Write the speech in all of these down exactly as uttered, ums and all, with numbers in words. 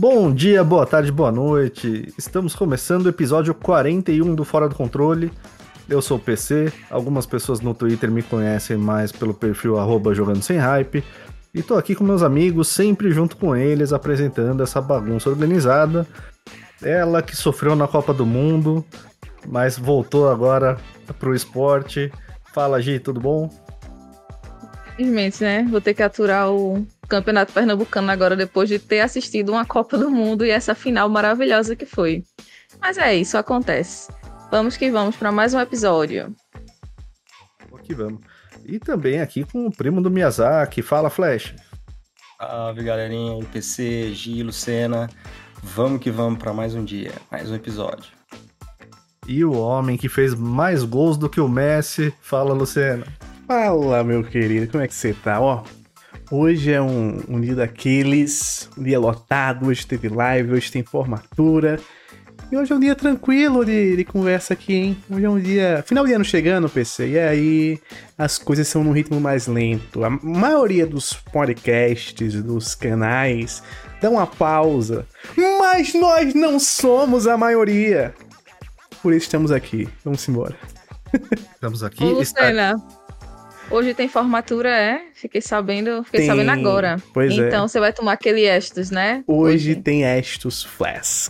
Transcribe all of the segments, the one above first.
Bom dia, boa tarde, boa noite. Estamos começando o episódio quarenta e um do Fora do Controle. Eu sou o P C, algumas pessoas no Twitter me conhecem mais pelo perfil arroba jogando sem hype. E tô aqui com meus amigos, sempre junto com eles, apresentando essa bagunça organizada. Ela que sofreu na Copa do Mundo, mas voltou agora pro esporte. Fala, Gi, tudo bom? Infelizmente, né? Vou ter que aturar o Campeonato Pernambucano agora, depois de ter assistido uma Copa do Mundo e essa final maravilhosa que foi. Mas é isso, acontece. Vamos que vamos para mais um episódio. Aqui vamos. E também aqui com o primo do Miyazaki. Fala, Flash. Salve, galerinha, I P C, Gi, Lucena. Vamos que vamos para mais um dia, mais um episódio. E o homem que fez mais gols do que o Messi. Fala, Lucena. Fala, meu querido, como é que você tá? Ó, hoje é um, um dia daqueles, um dia lotado, hoje teve live, hoje tem formatura. E hoje é um dia tranquilo de, de conversa aqui, hein? Hoje é um dia... Final de ano chegando, P C, e aí as coisas são num ritmo mais lento. A maioria dos podcasts, dos canais, dão uma pausa. Mas nós não somos a maioria. Por isso estamos aqui. Vamos embora. Estamos aqui. Ô, Lucena, está... hoje tem formatura, é? Fiquei sabendo, fiquei tem... sabendo agora. Pois então, é. Então você vai tomar aquele Estus, né? Hoje, hoje. tem Estus Flask.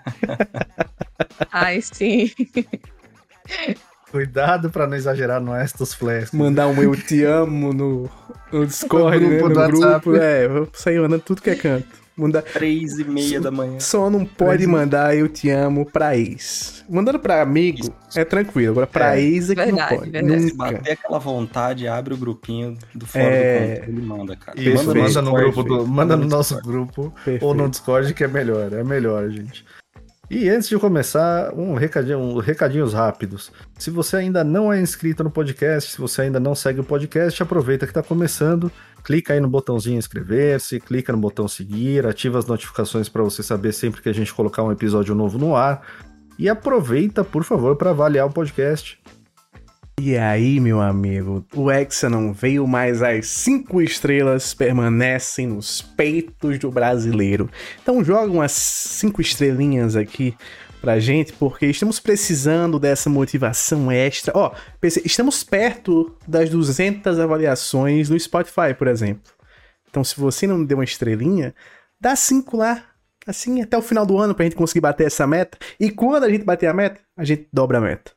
Ai, sim. Cuidado pra não exagerar no Estus Flask. Mandar um eu te amo no, no Discord, no grupo, né? No grupo. É, vou sair mandando tudo que é canto. Mandar... Três e meia da manhã. Só não pode Três... mandar eu te amo pra ex. Mandando pra amigo Isso. é tranquilo. Agora pra é, ex é que verdade, não pode. Verdade. Nunca. Se bater aquela vontade, abre o grupinho do Fora é... do Controle e manda, cara. Isso, manda, manda no, grupo do, manda no, no nosso Discord. grupo Perfeito. Ou no Discord, que é melhor. É melhor, gente. E antes de começar, um recadinho, um recadinhos rápidos. Se você ainda não é inscrito no podcast, se você ainda não segue o podcast, aproveita que está começando, clica aí no botãozinho inscrever-se, clica no botão seguir, ativa as notificações para você saber sempre que a gente colocar um episódio novo no ar. E aproveita, por favor, para avaliar o podcast. E aí, meu amigo, o Hexa não veio, mas as cinco estrelas permanecem nos peitos do brasileiro. Então joga umas cinco estrelinhas aqui pra gente, porque estamos precisando dessa motivação extra. Ó, estamos perto das duzentas avaliações no Spotify, por exemplo. Então se você não deu uma estrelinha, dá cinco lá, assim, até o final do ano pra gente conseguir bater essa meta. E quando a gente bater a meta, a gente dobra a meta.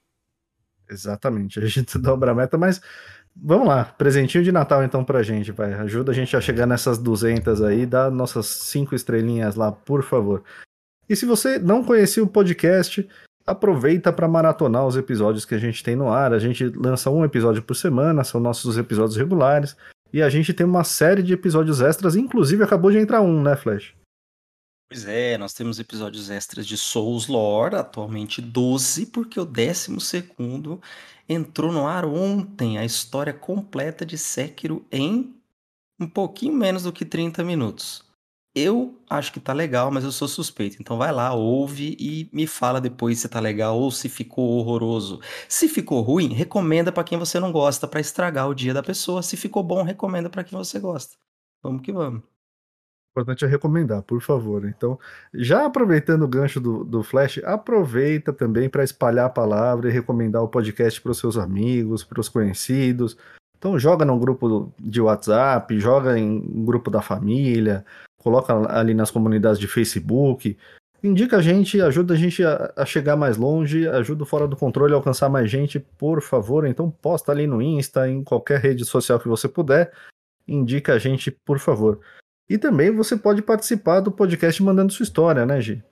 Exatamente, a gente dobra a meta, mas vamos lá, presentinho de Natal então pra gente, vai, ajuda a gente a chegar nessas duzentas aí, dá nossas cinco estrelinhas lá, por favor. E se você não conhecia o podcast, aproveita para maratonar os episódios que a gente tem no ar, a gente lança um episódio por semana, são nossos episódios regulares, e a gente tem uma série de episódios extras, inclusive acabou de entrar um, né, Flash? Pois é, nós temos episódios extras de Souls Lore, atualmente doze, porque o décimo segundo entrou no ar ontem, a história completa de Sekiro em um pouquinho menos do que trinta minutos. Eu acho que tá legal, mas eu sou suspeito, então vai lá, ouve e me fala depois se tá legal ou se ficou horroroso. Se ficou ruim, recomenda pra quem você não gosta, pra estragar o dia da pessoa. Se ficou bom, recomenda pra quem você gosta. Vamos que vamos. O importante é recomendar, por favor. Então, já aproveitando o gancho do, do Flash, aproveita também para espalhar a palavra e recomendar o podcast para os seus amigos, para os conhecidos. Então, joga num grupo de WhatsApp, joga em um grupo da família, coloca ali nas comunidades de Facebook. Indica a gente, ajuda a gente a, a chegar mais longe, ajuda o Fora do Controle a alcançar mais gente, por favor. Então, posta ali no Insta, em qualquer rede social que você puder. Indica a gente, por favor. E também você pode participar do podcast mandando sua história, né, Gi?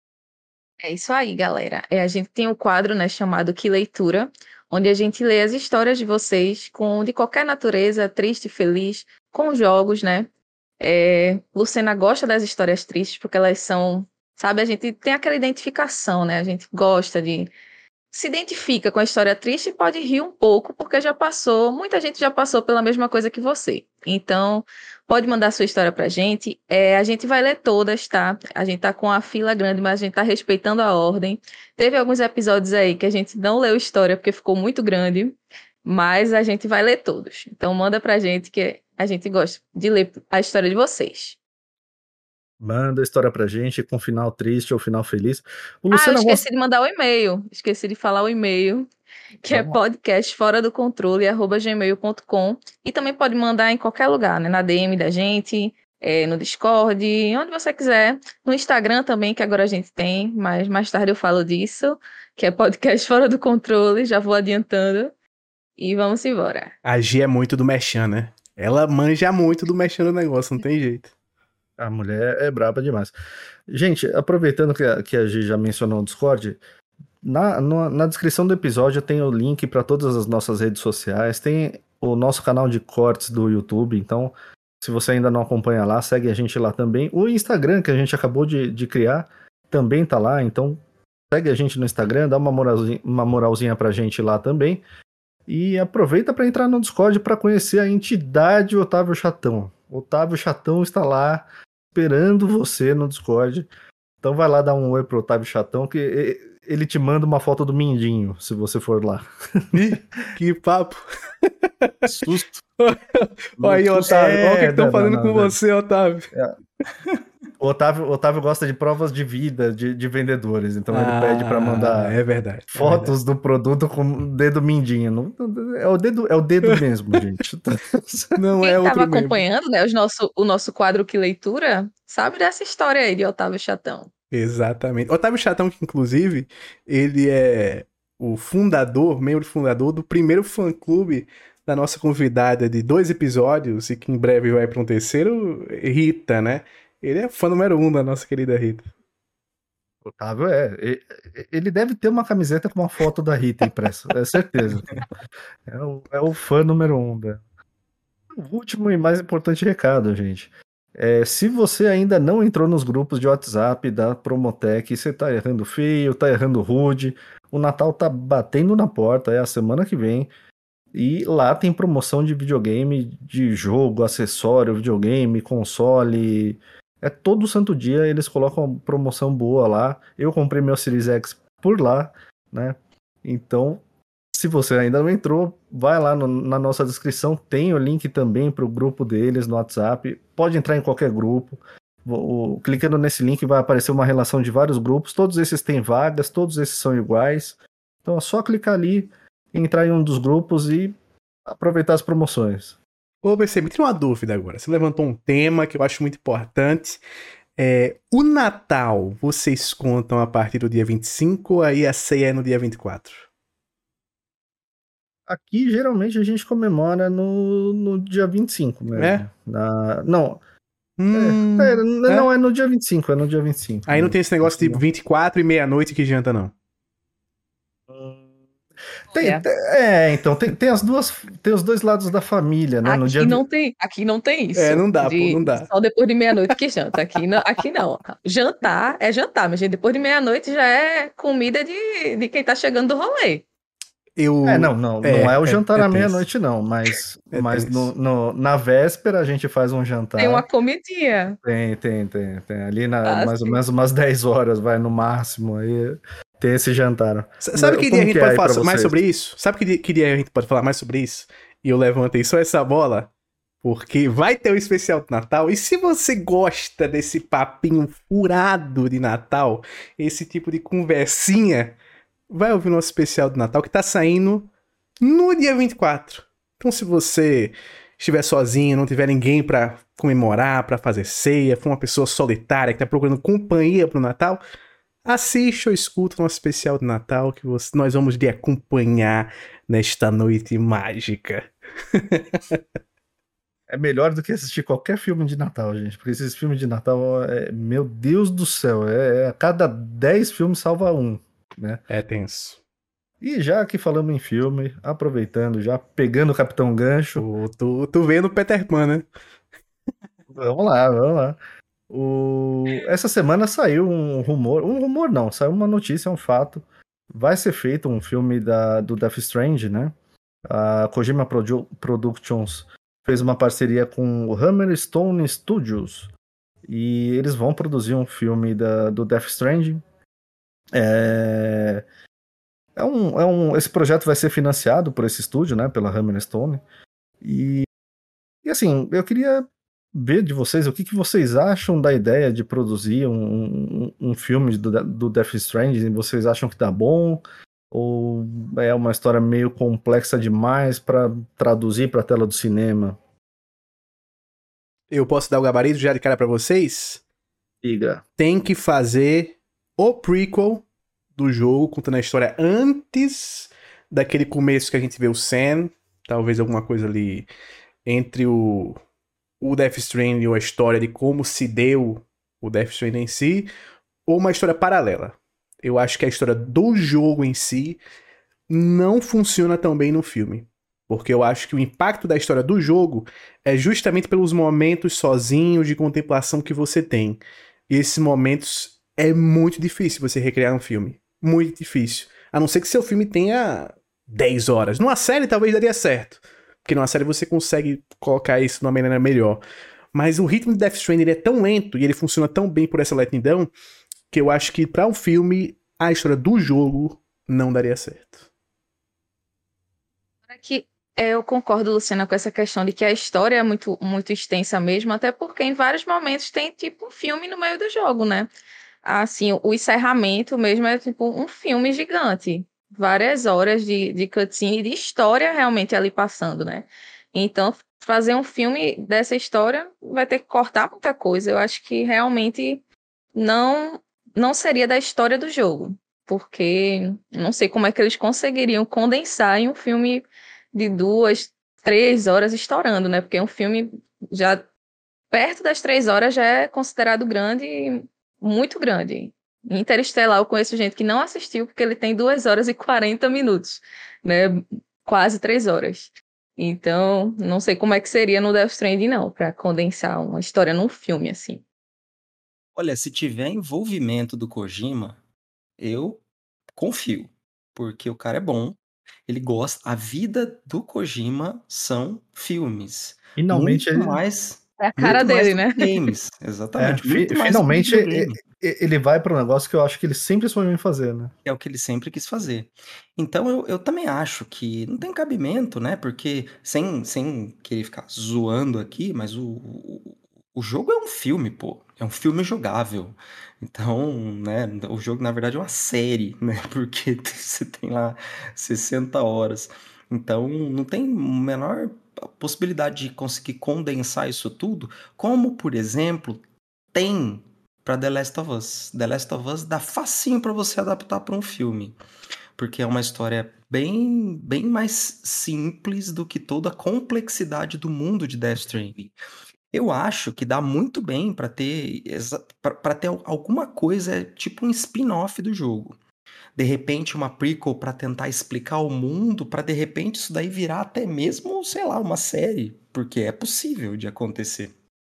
É isso aí, galera. É, a gente tem um quadro, né, chamado Que Leitura, onde a gente lê as histórias de vocês, com, de qualquer natureza, triste, feliz, com jogos, né? É, Lucena gosta das histórias tristes, porque elas são, sabe, a gente tem aquela identificação, né? A gente gosta de... se identifica com a história triste e pode rir um pouco, porque já passou, muita gente já passou pela mesma coisa que você. Então, pode mandar sua história pra gente. É, a gente vai ler todas, tá? A gente tá com a fila grande, mas a gente tá respeitando a ordem. Teve alguns episódios aí que a gente não leu história, porque ficou muito grande, mas a gente vai ler todos. Então, manda pra gente, que a gente gosta de ler a história de vocês. Manda a história pra gente com final triste ou final feliz. O Ah, eu Luciano esqueci gosta. de mandar o e-mail. Esqueci de falar o e-mail, que é Vamos lá. podcast fora do controle, arroba gmail ponto com. E também pode mandar em qualquer lugar, né? Na D M da gente, é, no Discord, onde você quiser. No Instagram também, que agora a gente tem, mas mais tarde eu falo disso, que é podcast fora do controle, já vou adiantando. E vamos embora. A Gi é muito do Mechan, né? Ela manja muito do Mechan do negócio, não tem jeito. A mulher é braba demais. Gente, aproveitando que a, que a Gi já mencionou o Discord, na, no- na descrição do episódio tem o link para todas as nossas redes sociais, tem o nosso canal de cortes do YouTube, então se você ainda não acompanha lá, segue a gente lá também. O Instagram que a gente acabou de, de criar também tá lá, então segue a gente no Instagram, dá uma moralzinha, uma moralzinha pra gente lá também. E aproveita para entrar no Discord para conhecer a entidade Otávio Chatão. Otávio Chatão está lá esperando você no Discord. Então vai lá dar um oi pro Otávio Chatão que e- ele te manda uma foto do Mindinho, se você for lá. Ih, que papo. Susto. Olha aí, Otávio. Olha o que É, estão não, fazendo não, com não. você, Otávio. O Otávio, o Otávio gosta de provas de vida de, de vendedores, então ele Ah, pede para mandar É verdade. é fotos do produto com o dedo mindinho. Não- é, o dedo, é o dedo mesmo, gente. verdade. Não Quem é estava outro membro. acompanhando, né, os nosso, o nosso quadro Que Leitura, sabe dessa história aí de Otávio Chatão. Exatamente. Otávio Chatão, que inclusive, ele é o fundador, membro fundador do primeiro fã-clube da nossa convidada de dois episódios e que em breve vai para um terceiro, Rita, né? Ele é fã número um da nossa querida Rita. Otávio é. e- Ele deve ter uma camiseta com uma foto da Rita impressa, é certeza. É o, é o fã número um. Da... O último e mais importante recado, gente. É, se você ainda não entrou nos grupos de WhatsApp da Promotec, você tá errando feio, tá errando rude. O Natal tá batendo na porta, é a semana que vem. E lá tem promoção de videogame, de jogo, acessório, videogame, console. É todo santo dia eles colocam promoção boa lá. Eu comprei meu Series X por lá, né? Então, se você ainda não entrou, vai lá no- na nossa descrição, tem o link também para o grupo deles no WhatsApp. Pode entrar em qualquer grupo. O, o- clicando nesse link vai aparecer uma relação de vários grupos. Todos esses têm vagas, todos esses são iguais. Então é só clicar ali, entrar em um dos grupos e aproveitar as promoções. Ô, B C, me tira uma dúvida agora. Você levantou um tema que eu acho muito importante. É, o Natal, vocês contam a partir do dia vinte e cinco ou aí a ceia é no dia vinte e quatro? Aqui, geralmente, a gente comemora no, no dia vinte e cinco mesmo. É? Na, não, Hum, é, é? não, é no dia vinte e cinco, é no dia vinte e cinco. Aí não tem esse negócio de vinte e quatro e meia-noite que janta, não. Tem, É. tem- é, então, tem, tem as duas, tem os dois lados da família, né? No Aqui dia vi- não tem, aqui não tem isso. É, não dá, de, pô, não dá. Só depois de meia-noite que janta. Aqui não, aqui não. Jantar é jantar, mas gente, depois de meia-noite já é comida de, de quem tá chegando do rolê. Eu... É, não, não, É, não é o é- jantar é à tenso. meia-noite, não, mas, É mas tenso. no, no- na véspera a gente faz um jantar. Tem uma comidinha. Tem, tem, tem, tem. Ali na, Ah, mais ou sim. menos umas dez horas, vai no máximo, aí tem esse jantar. S- Sabe que dia Como a gente que é pode aí falar pra mais vocês? sobre isso? Sabe que dia, que dia a gente pode falar mais sobre isso? E eu levantei só essa bola, porque vai ter o especial do Natal. E se você gosta desse papinho furado de Natal, esse tipo de conversinha, vai ouvir o nosso especial do Natal que tá saindo no dia vinte e quatro. Então, se você estiver sozinho, não tiver ninguém pra comemorar, pra fazer ceia, for uma pessoa solitária que tá procurando companhia pro Natal, assiste ou escuta o nosso especial de Natal que você- nós vamos lhe acompanhar nesta noite mágica. É melhor do que assistir qualquer filme de Natal, gente, porque esses filmes de Natal, é, meu Deus do céu, é, é a cada dez filmes salva um, né? É tenso. E já que falamos em filme, aproveitando, já pegando o Capitão Gancho, Tu, tu, tu vê no Peter Pan, né? vamos lá, vamos lá. O... Essa semana saiu um rumor, um rumor não, saiu uma notícia, um fato. Vai ser feito um filme da, do Death Stranding, né? A Kojima Produ- Productions fez uma parceria com o Hammerstone Studios e eles vão produzir um filme da, do Death Stranding. É... É um, é um, esse projeto vai ser financiado por esse estúdio, né? Pela Hammerstone. E, e assim, eu queria ver de vocês o que, que vocês acham da ideia de produzir um, um, um filme do, do Death Stranding. Vocês acham que tá bom? Ou é uma história meio complexa demais para traduzir para a tela do cinema? Eu posso dar o gabarito já de cara pra vocês? Diga. Tem que fazer o prequel do jogo, contando a história antes daquele começo que a gente vê o Sam, talvez alguma coisa ali entre o, o Death Stranding ou a história de como se deu o Death Stranding em si, ou uma história paralela. Eu acho que a história do jogo em si não funciona tão bem no filme. Porque eu acho que o impacto da história do jogo é justamente pelos momentos sozinhos de contemplação que você tem. E esses momentos é muito difícil você recriar um filme. Muito difícil. A não ser que seu filme tenha dez horas. Numa série talvez daria certo. Porque numa série você consegue colocar isso de uma maneira melhor. Mas o ritmo de Death Stranding ele é tão lento e ele funciona tão bem por essa lentidão que eu acho que para um filme a história do jogo não daria certo. Que eu concordo, Luciana, com essa questão de que a história é muito, muito extensa mesmo, até porque em vários momentos tem tipo um filme no meio do jogo, né? Assim, o encerramento mesmo é tipo um filme gigante. Várias horas de, de cutscene e de história realmente ali passando, né? Então, fazer um filme dessa história vai ter que cortar muita coisa. Eu acho que realmente não, não seria da história do jogo, porque não sei como é que eles conseguiriam condensar em um filme de duas, três horas estourando, né? Porque um filme já perto das três horas já é considerado grande, muito grande. Interestelar, eu conheço gente que não assistiu porque ele tem duas horas e quarenta minutos, né? Quase três horas. Então, não sei como é que seria no Death Stranding, não, para condensar uma história num filme assim. Olha, se tiver envolvimento do Kojima, eu confio, porque o cara é bom, ele gosta. A vida do Kojima são filmes, Finalmente muito ele, mais, É a cara muito mais dele, do que né? games, é, exatamente, fi- muito mais do que finalmente e- videogame. e- ele vai para um negócio que eu acho que ele sempre sonhou em fazer, né? É o que ele sempre quis fazer. Então eu, eu também acho que não tem cabimento, né? Porque sem, sem querer ficar zoando aqui, mas o, o, o jogo é um filme, pô. É um filme jogável. Então, né? O jogo, na verdade, é uma série, né? Porque você tem lá sessenta horas. Então, não tem menor possibilidade de conseguir condensar isso tudo. Como, por exemplo, tem para The Last of Us. The Last of Us dá facinho para você adaptar para um filme, porque é uma história bem, bem mais simples do que toda a complexidade do mundo de Death Stranding. Eu acho que dá muito bem para ter para ter alguma coisa tipo um spin-off do jogo. De repente uma prequel para tentar explicar o mundo, para de repente isso daí virar até mesmo, sei lá, uma série, porque é possível de acontecer.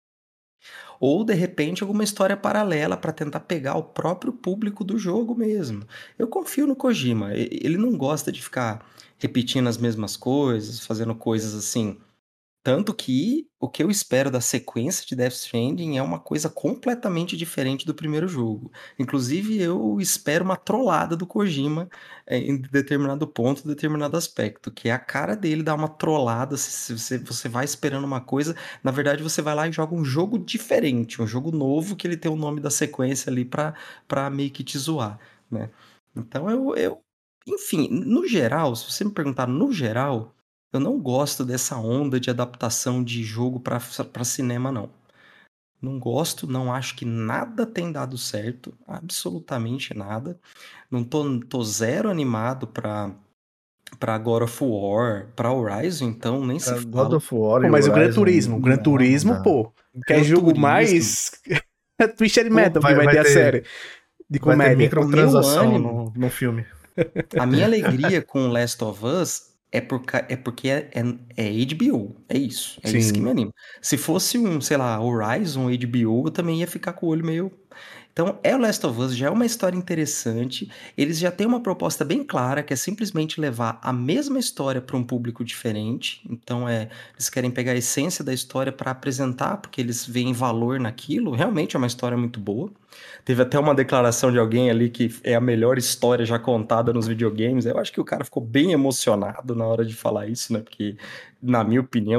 Ou de repente alguma história paralela para tentar pegar o próprio público do jogo mesmo. Eu confio no Kojima, e- ele não gosta de ficar repetindo as mesmas coisas, fazendo coisas assim. Tanto que o que eu espero da sequência de Death Stranding é uma coisa completamente diferente do primeiro jogo. Inclusive, eu espero uma trollada do Kojima eh, em determinado ponto, determinado aspecto, que é a cara dele dar uma trollada. Se se você, você vai esperando uma coisa, na verdade você vai lá e joga um jogo diferente, um jogo novo que ele tem o nome da sequência ali pra, pra meio que te zoar, né? Então eu, eu, enfim, no geral, se você me perguntar no geral. Eu não gosto dessa onda de adaptação de jogo pra pra cinema, não. Não gosto, não acho que nada tem dado certo, absolutamente nada. Não tô, tô zero animado pra, pra God of War, pra Horizon, então nem se Pra God fala. of War Pô, e mas o Gran Horizon, Turismo, o Gran não, não Turismo, dá. pô, que é Gran jogo Turismo, mais Twisted pô, Metal que Vai, vai vai ter a ter, série de vai ter comédia. o meu microtransação ânimo, no, no filme. a minha alegria com Last of Us é, por, ca- é porque é, é, é H B O. É isso. É isso que me Sim. anima. Se fosse um, sei lá, Horizon, H B O, eu também ia ficar com o olho meio. Então, é o Last of Us, já é uma história interessante. Eles já têm uma proposta bem clara, que é simplesmente levar a mesma história para um público diferente. Então, é, eles querem pegar a essência da história para apresentar, porque eles veem valor naquilo. Realmente é uma história muito boa. Teve até uma declaração de alguém ali que é a melhor história já contada nos videogames. Eu acho que o cara ficou bem emocionado na hora de falar isso, né? Porque, na minha opinião,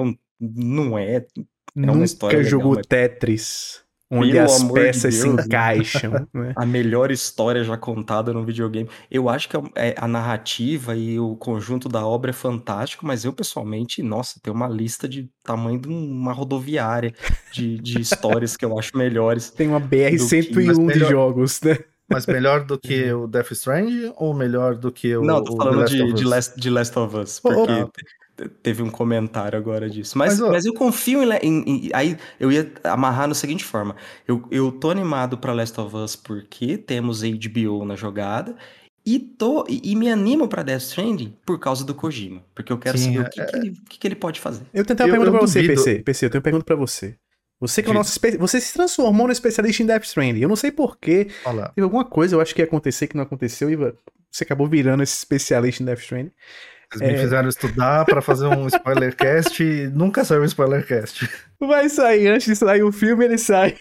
não é. É uma Nunca história legal, jogou mas Tetris, onde pelo as amor de peças se Deus, né? encaixam, né? A melhor história já contada no videogame. Eu acho que a, é- a narrativa e o conjunto da obra é fantástico, mas eu pessoalmente, nossa, tem uma lista de tamanho de uma rodoviária de, de histórias que eu acho melhores Tem uma do que. Mas B R cento e um de melhor, jogos, né? mas melhor do que o Death Stranding ou melhor do que Não, tô o, o The falando Last de, of de, Us? Last, de Last of Us, Ô, ô, porque Ah, te- te- teve um comentário agora disso. mas, Mas, ó, mas eu confio em, Le- em- em- Aí eu ia amarrar da seguinte forma: eu, eu tô animado pra Last of Us porque temos H B O na jogada, e, tô, e, e me animo pra Death Stranding por causa do Kojima, porque eu quero sim, saber o é- que, que, ele, o que, que ele pode fazer. eu tenho uma eu, pergunta eu pra você, duvido. P C. P C, eu tenho uma pergunta pra você. Você que é o nosso Diga, espe... Você se transformou no especialista em Death Stranding. Eu não sei porquê. fala. Teve alguma coisa, eu acho que ia acontecer que não aconteceu e você acabou virando esse especialista em Death Stranding. Vocês me É, fizeram estudar pra fazer um spoilercast e nunca saiu um spoilercast. vai sair, antes de sair o filme, ele sai.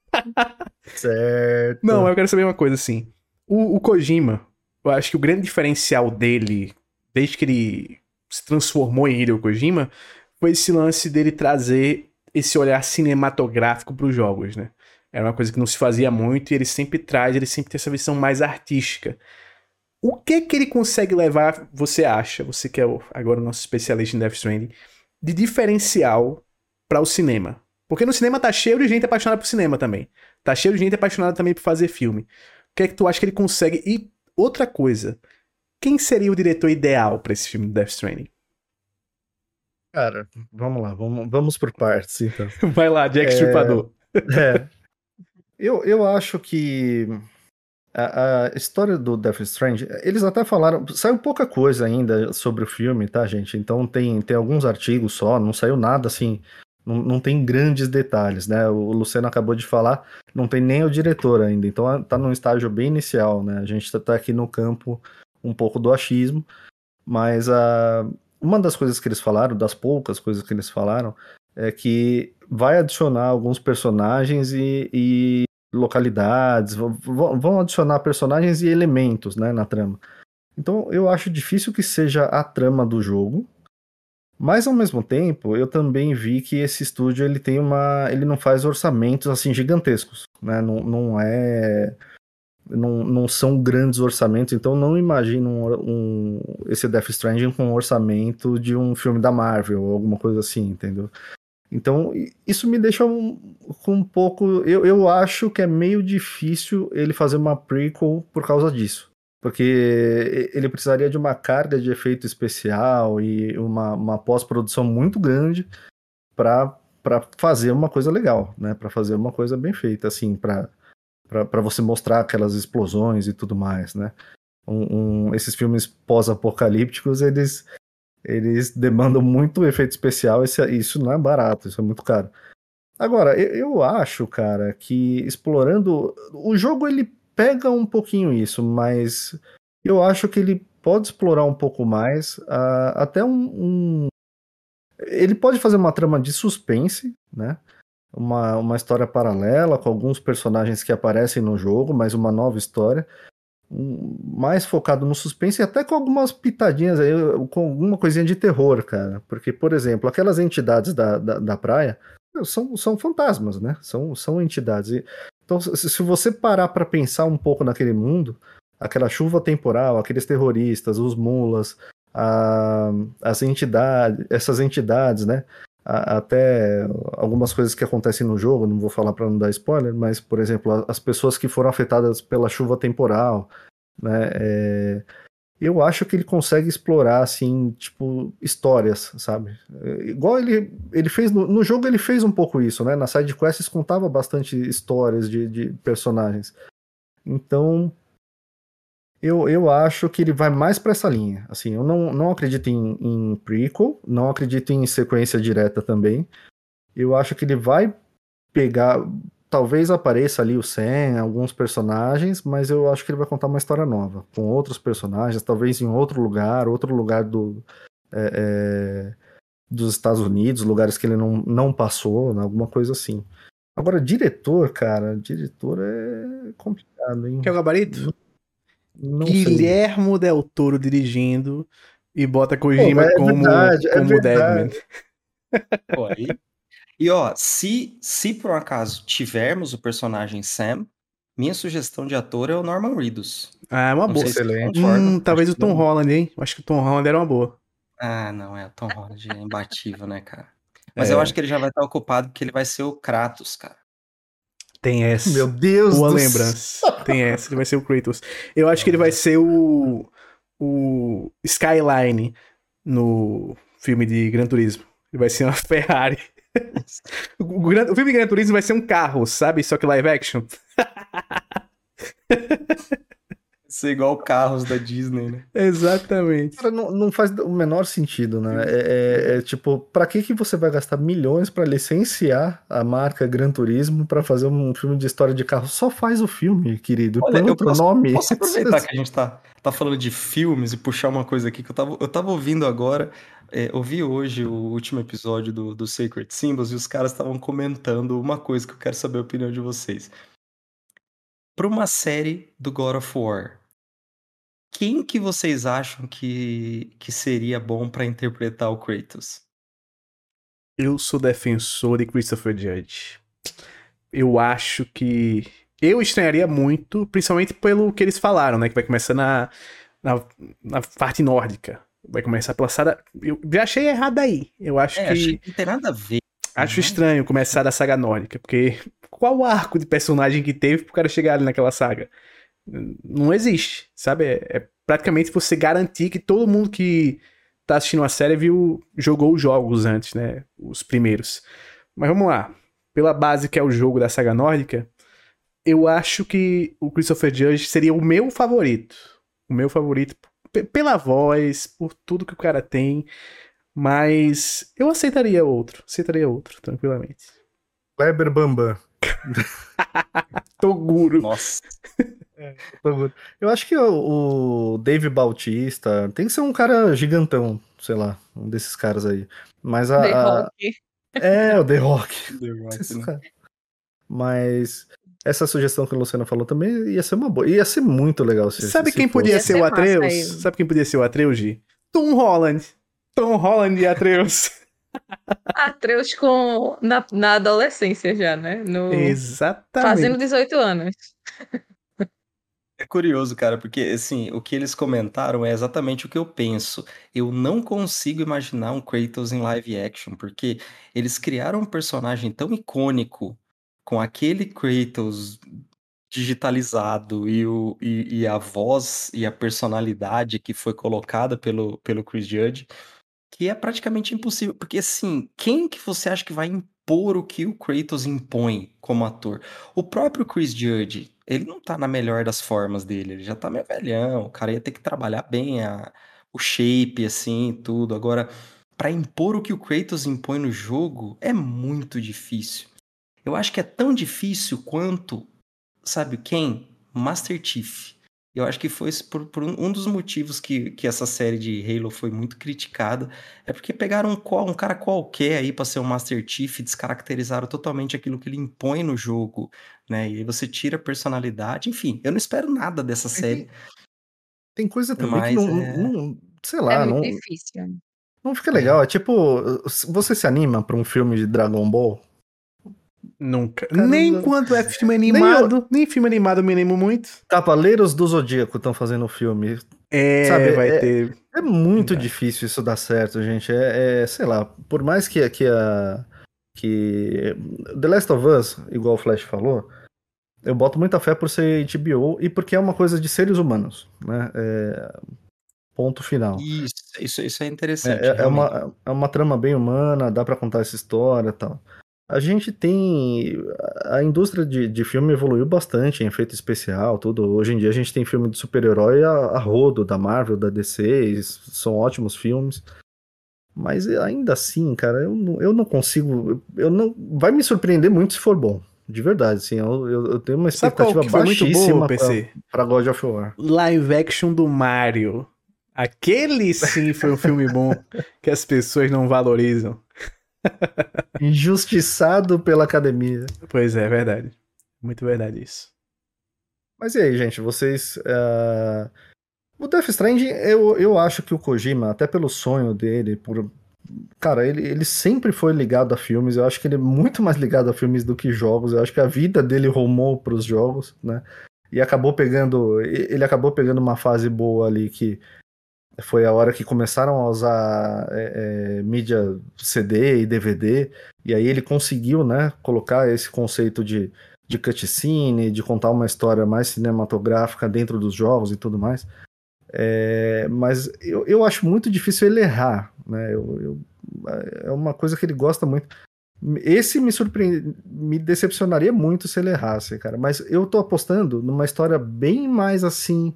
Não, Certo. eu quero saber uma coisa assim. O, o Kojima, eu acho que o grande diferencial dele, desde que ele se transformou em Hideo Kojima, foi esse lance dele trazer esse olhar cinematográfico para os jogos, né? Era uma coisa que não se fazia muito e ele sempre traz, ele sempre tem essa visão mais artística. O que que ele consegue levar, você acha, você que é o- agora o nosso especialista em Death Stranding, de diferencial para o cinema? Porque no cinema tá cheio de gente apaixonada por cinema também. Tá cheio de gente apaixonada também por fazer filme. O que é que tu acha que ele consegue? E outra coisa, quem seria o diretor ideal para esse filme do Death Stranding? Cara, vamos lá, vamos, vamos por partes, então. Vai lá, Jack Stripador. É, eu, eu acho que a, a história do Death Stranding, eles até falaram, saiu pouca coisa ainda sobre o filme, tá, gente? Então tem, tem alguns artigos só, não saiu nada assim, não, não tem grandes detalhes, né? O Luciano acabou de falar, não tem nem o diretor ainda, então tá num estágio bem inicial, né? A gente tá, tá aqui no campo um pouco do achismo, mas a, uma das coisas que eles falaram, das poucas coisas que eles falaram, é que vai adicionar alguns personagens e, e localidades, vão, vão adicionar personagens e elementos, né, na trama. Então eu acho difícil que seja a trama do jogo, mas ao mesmo tempo eu também vi que esse estúdio ele tem uma, ele não faz orçamentos assim gigantescos, né? Não, não é, não, não são grandes orçamentos, então não imagino um, um, esse Death Stranding com um orçamento de um filme da Marvel ou alguma coisa assim, entendeu? Então, isso me deixa um, com um pouco. Eu, eu acho que é meio difícil ele fazer uma prequel por causa disso. Porque ele precisaria de uma carga de efeito especial e uma, uma pós-produção muito grande para fazer uma coisa legal, né? Para fazer uma coisa bem feita, assim, para você mostrar aquelas explosões e tudo mais, né? Um, um, esses filmes pós-apocalípticos, eles eles demandam muito efeito especial, esse, isso não é barato, isso é muito caro. Agora, eu, eu acho, cara, que explorando. O jogo ele pega um pouquinho isso, mas eu acho que ele pode explorar um pouco mais, uh, até um, um. Ele pode fazer uma trama de suspense, né? Uma, uma história paralela com alguns personagens que aparecem no jogo, mas uma nova história mais focado no suspense e até com algumas pitadinhas aí, com alguma coisinha de terror, cara. Porque, por exemplo, aquelas entidades da, da, da praia são, são fantasmas, né? São, são entidades. E, então, se, se você parar para pensar um pouco naquele mundo, aquela chuva temporal, aqueles terroristas, os mulas, a, as entidades, essas entidades, né? A, até algumas coisas que acontecem no jogo, não vou falar para não dar spoiler, mas, por exemplo, as pessoas que foram afetadas pela chuva temporal, né? É, eu acho que ele consegue explorar, assim, tipo, histórias, sabe? É, igual ele, ele fez no, no jogo, ele fez um pouco isso, né? Na side quests contava bastante histórias de, de personagens. Então, eu, eu acho que ele vai mais para essa linha. Assim, eu não, não acredito em, em prequel, não acredito em sequência direta também. Eu acho que ele vai pegar. Talvez apareça ali o Sam, alguns personagens, mas eu acho que ele vai contar uma história nova, com outros personagens, talvez em outro lugar, outro lugar do, é, é, dos Estados Unidos, lugares que ele não, não passou, né, alguma coisa assim. Agora, diretor, cara, diretor é complicado, hein? Quer o gabarito? Não, não sei. Guilhermo Del Toro dirigindo e bota Pô, Kojima é como, verdade, é como Deadman. verdade. Pô, aí. E ó, se, se por um acaso tivermos o personagem Sam, minha sugestão de ator é o Norman Reedus. Ah, é uma Não boa. sei se vocês Excelente. Hum, concordam. Acho talvez o que ele é Tom um- Holland, hein? Eu acho que o Tom Holland era uma boa. Ah, não, é. O Tom Holland é imbatível, né, cara? Mas eu acho É, que ele já vai estar ocupado porque ele vai ser o Kratos, cara. tem Meu essa. Deus Boa do lembrança. Tem essa, ele vai ser o Kratos. Eu acho que ele vai ser o, o Skyline no filme de Gran Turismo. Ele vai ser uma Ferrari. O, o Gran- o filme de Gran Turismo vai ser um carro, sabe? Só que live action. Ser igual carros da Disney, né? Exatamente. Cara, não, não faz o menor sentido, né? É, é- é tipo, pra que que você vai gastar milhões pra licenciar a marca Gran Turismo pra fazer um filme de história de carro? Só faz o filme, querido, e Olha, põe eu outro posso, nome. posso aproveitar que a gente tá, tá falando de filmes e puxar uma coisa aqui que eu tava, eu tava ouvindo agora. É, eu vi hoje o último episódio do, do Sacred Symbols e os caras estavam comentando uma coisa que eu quero saber a opinião de vocês. Para uma série do God of War, quem que vocês acham que, que seria bom pra interpretar o Kratos? Eu sou defensor de Christopher Judge. Eu acho que. Eu estranharia muito, principalmente pelo que eles falaram, né? Que vai começar na, na, na parte nórdica. Vai começar pela saga. Eu já achei errado aí. Eu acho É, achei que. que não tem nada a ver, Acho mas estranho começar da saga nórdica, porque qual o arco de personagem que teve pro cara chegar ali naquela saga? Não existe, sabe? É, é praticamente você garantir que todo mundo que tá assistindo a série viu, jogou os jogos antes, né? Os primeiros. Mas vamos lá. Pela base que é o jogo da saga nórdica, eu acho que o Christopher Judge seria o meu favorito. O meu favorito p- pela voz, por tudo que o cara tem. Mas eu aceitaria outro. Aceitaria outro, tranquilamente. Kleber Bambam. Toguro. nossa. Eu acho que o, o Dave Bautista tem que ser um cara gigantão, sei lá, um desses caras aí. Mas The a, Rock. a- é o The Rock. The Rock, Esse né? cara. Mas essa sugestão que a Luciana falou também ia ser uma boa. Ia ser muito legal se, Sabe se quem fosse. podia Ia ser ser o massa Atreus? aí. Sabe quem podia ser o Atreus, Gi? Tom Holland. Tom Holland e Atreus. Atreus com na, na adolescência já, né? No, fazendo Exatamente. dezoito anos. É curioso, cara, porque assim, o que eles comentaram é exatamente o que eu penso. Eu não consigo imaginar um Kratos em live action, porque eles criaram um personagem tão icônico com aquele Kratos digitalizado e, o, e, e a voz e a personalidade que foi colocada pelo, pelo Chris Judge, que é praticamente impossível. Porque assim, quem que você acha que vai impor o que o Kratos impõe como ator? O próprio Chris Judge, ele não tá na melhor das formas dele, ele já tá meio velhão, o cara ia ter que trabalhar bem a, o shape, assim, tudo. Agora, pra impor o que o Kratos impõe no jogo, é muito difícil. Eu acho que é tão difícil quanto, sabe quem? Master Chief. Eu acho que foi por, por um, um dos motivos que, que essa série de Halo foi muito criticada. É porque pegaram um, qual- um cara qualquer aí pra ser um Master Chief e descaracterizaram totalmente aquilo que ele impõe no jogo, né? E aí você tira a personalidade. Enfim, eu não espero nada dessa E Tem, série, tem coisa também que mas não, é. não, sei É lá, muito não, difícil. não fica legal. É tipo, você se anima pra um filme de Dragon Ball? Nunca. Cara, Nem não- quando é filme nem eu. animado, nem filme animado eu me lembro muito. Cavaleiros do Zodíaco estão fazendo o filme. É, Sabe, vai é, ter. é muito Vai. difícil isso dar certo, gente. É, é, sei lá, por mais que, que a. Que The Last of Us, igual o Flash falou, eu boto muita fé por ser H B O e porque é uma coisa de seres humanos, né? É, ponto final. Isso, isso, isso é É, interessante, é, é realmente. uma, é uma trama bem humana, dá pra contar essa história e tal. A gente tem. A indústria de, de filme evoluiu bastante em efeito especial, tudo. Hoje em dia a gente tem filme de super-herói a, a rodo, da Marvel, da D C, e são ótimos filmes. Mas ainda assim, cara, eu não, eu não consigo. Eu não. Vai me surpreender muito se for bom. De verdade, assim. Eu, eu, eu tenho uma Sabe qual expectativa que foi muito boa, baixíssima pra, P C? pra God of War. Live action do Mario. Aquele sim foi um filme bom que as pessoas não valorizam. Injustiçado pela academia. Pois é, é verdade. Muito verdade isso. Mas e aí, gente, vocês. eh, O Death Stranding, eu, eu acho que o Kojima, até pelo sonho dele, por cara, ele, ele sempre foi ligado a filmes. Eu acho que ele é muito mais ligado a filmes do que jogos. Eu acho que a vida dele rumou pros jogos, né? E acabou pegando. Ele acabou pegando uma fase boa ali que foi a hora que começaram a usar é, é, mídia C D e D V D. E aí ele conseguiu, né, colocar esse conceito de, de cutscene, de contar uma história mais cinematográfica dentro dos jogos e tudo mais. É, mas eu, eu acho muito difícil ele errar, né? Eu, eu, é uma coisa que ele gosta muito. Esse me surpreende, me decepcionaria muito se ele errasse, cara. Mas eu tô apostando numa história bem mais assim,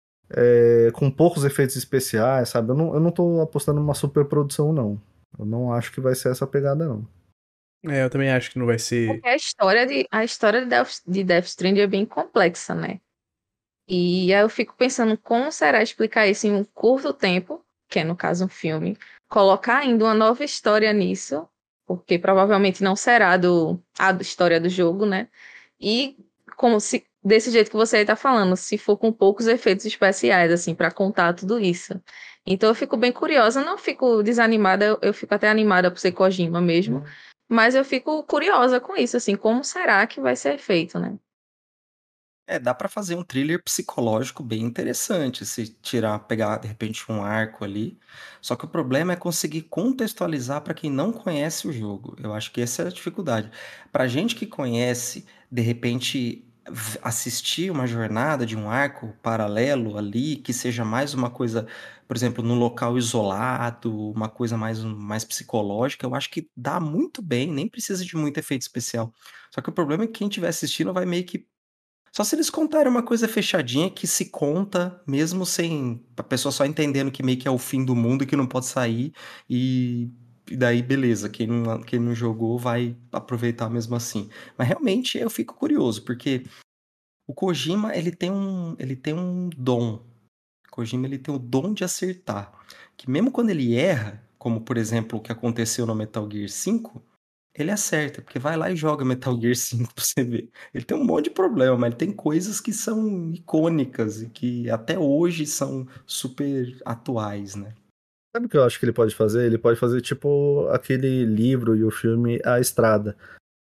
é, com poucos efeitos especiais, sabe? Eu não, eu não tô apostando numa superprodução, não. Eu não acho que vai ser essa pegada, não. É, eu também acho que não vai ser. Porque a história de, a história de Death, de Death Stranding é bem complexa, né? E aí eu fico pensando como será explicar isso em um curto tempo, que é no caso um filme, colocar ainda uma nova história nisso, porque provavelmente não será do, a história do jogo, né? E como se desse jeito que você está falando, se for com poucos efeitos especiais, assim, para contar tudo isso. Então eu fico bem curiosa, não fico desanimada, eu, eu fico até animada por ser Kojima mesmo, mas eu fico curiosa com isso, assim, como será que vai ser feito, né? É, dá pra fazer um thriller psicológico bem interessante, se tirar, pegar de repente um arco ali. Só que o problema é conseguir contextualizar para quem não conhece o jogo. Eu acho que essa é a dificuldade. Pra gente que conhece, de repente v- assistir uma jornada de um arco paralelo ali, que seja mais uma coisa, por exemplo, num local isolado, uma coisa mais, mais psicológica, eu acho que dá muito bem, nem precisa de muito efeito especial. Só que o problema é que quem estiver assistindo vai meio que só se eles contarem uma coisa fechadinha que se conta, mesmo sem a pessoa só entendendo que meio que é o fim do mundo e que não pode sair, e, e daí beleza, quem não, quem não jogou vai aproveitar mesmo assim. Mas realmente eu fico curioso, porque o Kojima ele tem um, ele tem um dom. O Kojima ele tem o dom de acertar. Que mesmo quando ele erra, como por exemplo o que aconteceu no Metal Gear cinco, ele acerta, porque vai lá e joga Metal Gear cinco pra você ver. Ele tem um monte de problema, mas ele tem coisas que são icônicas e que até hoje são super atuais, né? Sabe o que eu acho que ele pode fazer? Ele pode fazer tipo aquele livro e o filme A Estrada.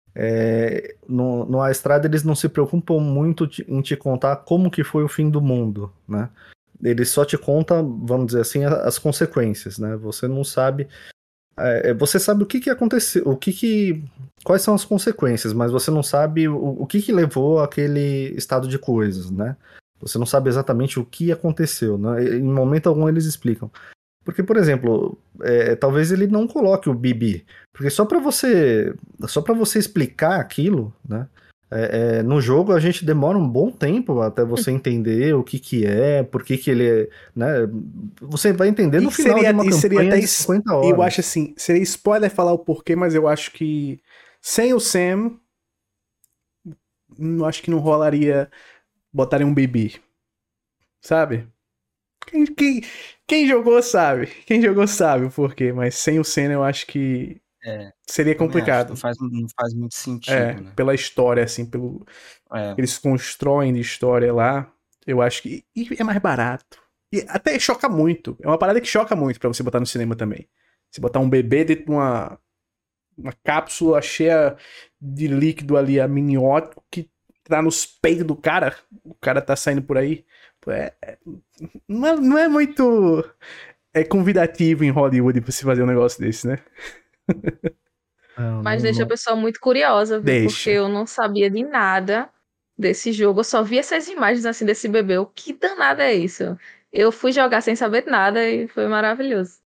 É, no, no A Estrada eles não se preocupam muito te- em te contar como que foi o fim do mundo, né? Ele só te conta, vamos dizer assim, a- as consequências, né? Você não sabe, é, é, você sabe o que que aconteceu, o que que, quais são as consequências, mas você não sabe o, o que que levou àquele estado de coisas, né? Você não sabe exatamente o que aconteceu, né? Em momento algum eles explicam. Porque, por exemplo, é, talvez ele não coloque o Bibi, porque só para você, só para você explicar aquilo, né? É, é, no jogo a gente demora um bom tempo até você entender o que que é, por que que ele é, né? Você vai entender no E final de seria, uma e seria campanha até. de es- cinquenta Eu acho horas. assim, seria spoiler falar o porquê, mas eu acho que sem o Sam, não acho que não rolaria botarem um bebê, sabe? Quem, quem, quem jogou sabe. Quem jogou sabe o porquê, mas sem o Sam eu acho que É, seria também acho. Não complicado. faz, não faz muito É, sentido, né? pela história, assim, pelo É. que eles constroem de história lá, eu acho que. E é mais barato. E até choca muito. É uma parada que choca muito pra você botar no cinema também. Você botar um bebê dentro de uma, uma cápsula cheia de líquido ali amniótico que tá nos peitos do cara, o cara tá saindo por aí. Pô, É, é- não, é, não é muito é convidativo em Hollywood pra se fazer um negócio desse, né? Não, Mas não, deixa a não. pessoa muito curiosa, viu? Porque Deixa. eu não sabia de nada desse jogo. Eu só vi essas imagens assim desse bebê. O que danada é isso? Eu fui jogar sem saber nada e foi maravilhoso.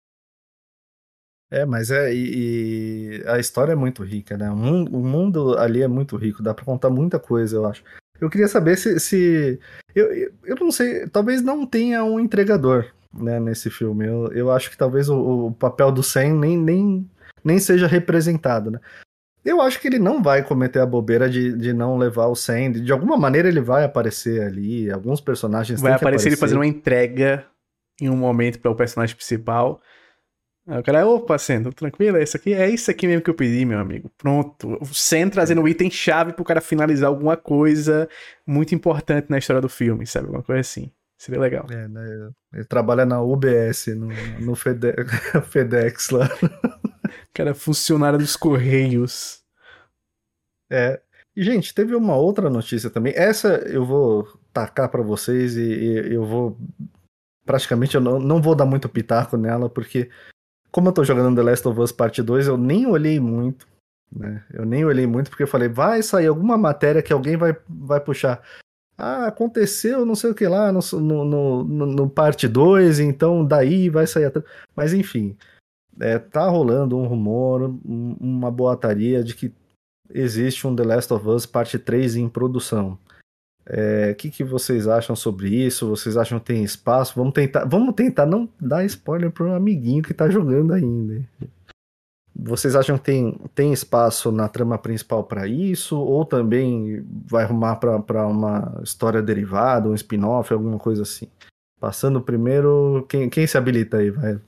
É, mas é, e, e a história é muito rica, né? O mundo, o mundo ali é muito rico, dá pra contar muita coisa, eu acho. Eu queria saber se, se eu, eu eu não sei, talvez não tenha um entregador, né, nesse filme. Eu, eu acho que talvez o, o papel do Sam nem, nem, nem seja representado, né? Eu acho que ele não vai cometer a bobeira de, de não levar o Sam. De alguma maneira ele vai aparecer ali, alguns personagens Vai têm que aparecer ele fazendo aparecer. uma entrega em um momento para o personagem principal. Aí o cara, opa, Sen, tô tranquilo? É isso aqui? É isso aqui mesmo que eu pedi, meu amigo. Pronto. O Sen trazendo o item-chave pro cara finalizar alguma coisa muito importante na história do filme, sabe? Alguma coisa assim. Seria legal. É, né? Ele trabalha na U B S, no, no Fede- FedEx lá. Cara, funcionário dos Correios. É. E, gente, teve uma outra notícia também. Essa eu vou tacar pra vocês e, e eu vou. Praticamente eu não, não vou dar muito pitaco nela, porque, como eu tô jogando The Last of Us Parte dois, eu nem olhei muito, né? Eu nem olhei muito, porque eu falei, vai sair alguma matéria que alguém vai, vai puxar. Ah, aconteceu não sei o que lá no, no, no, no parte dois, então daí vai sair. A... Mas enfim, é, tá rolando um rumor, um- uma boataria de que existe um The Last of Us Parte três em produção. O que, que vocês acham sobre isso? Vocês acham que tem espaço? Vamos tentar, vamos tentar não dar spoiler para um amiguinho que tá jogando ainda. Vocês acham que tem, tem espaço na trama principal para isso? Ou também vai arrumar para uma história derivada, um spin-off, alguma coisa assim? Passando primeiro, quem, quem se habilita aí, vai?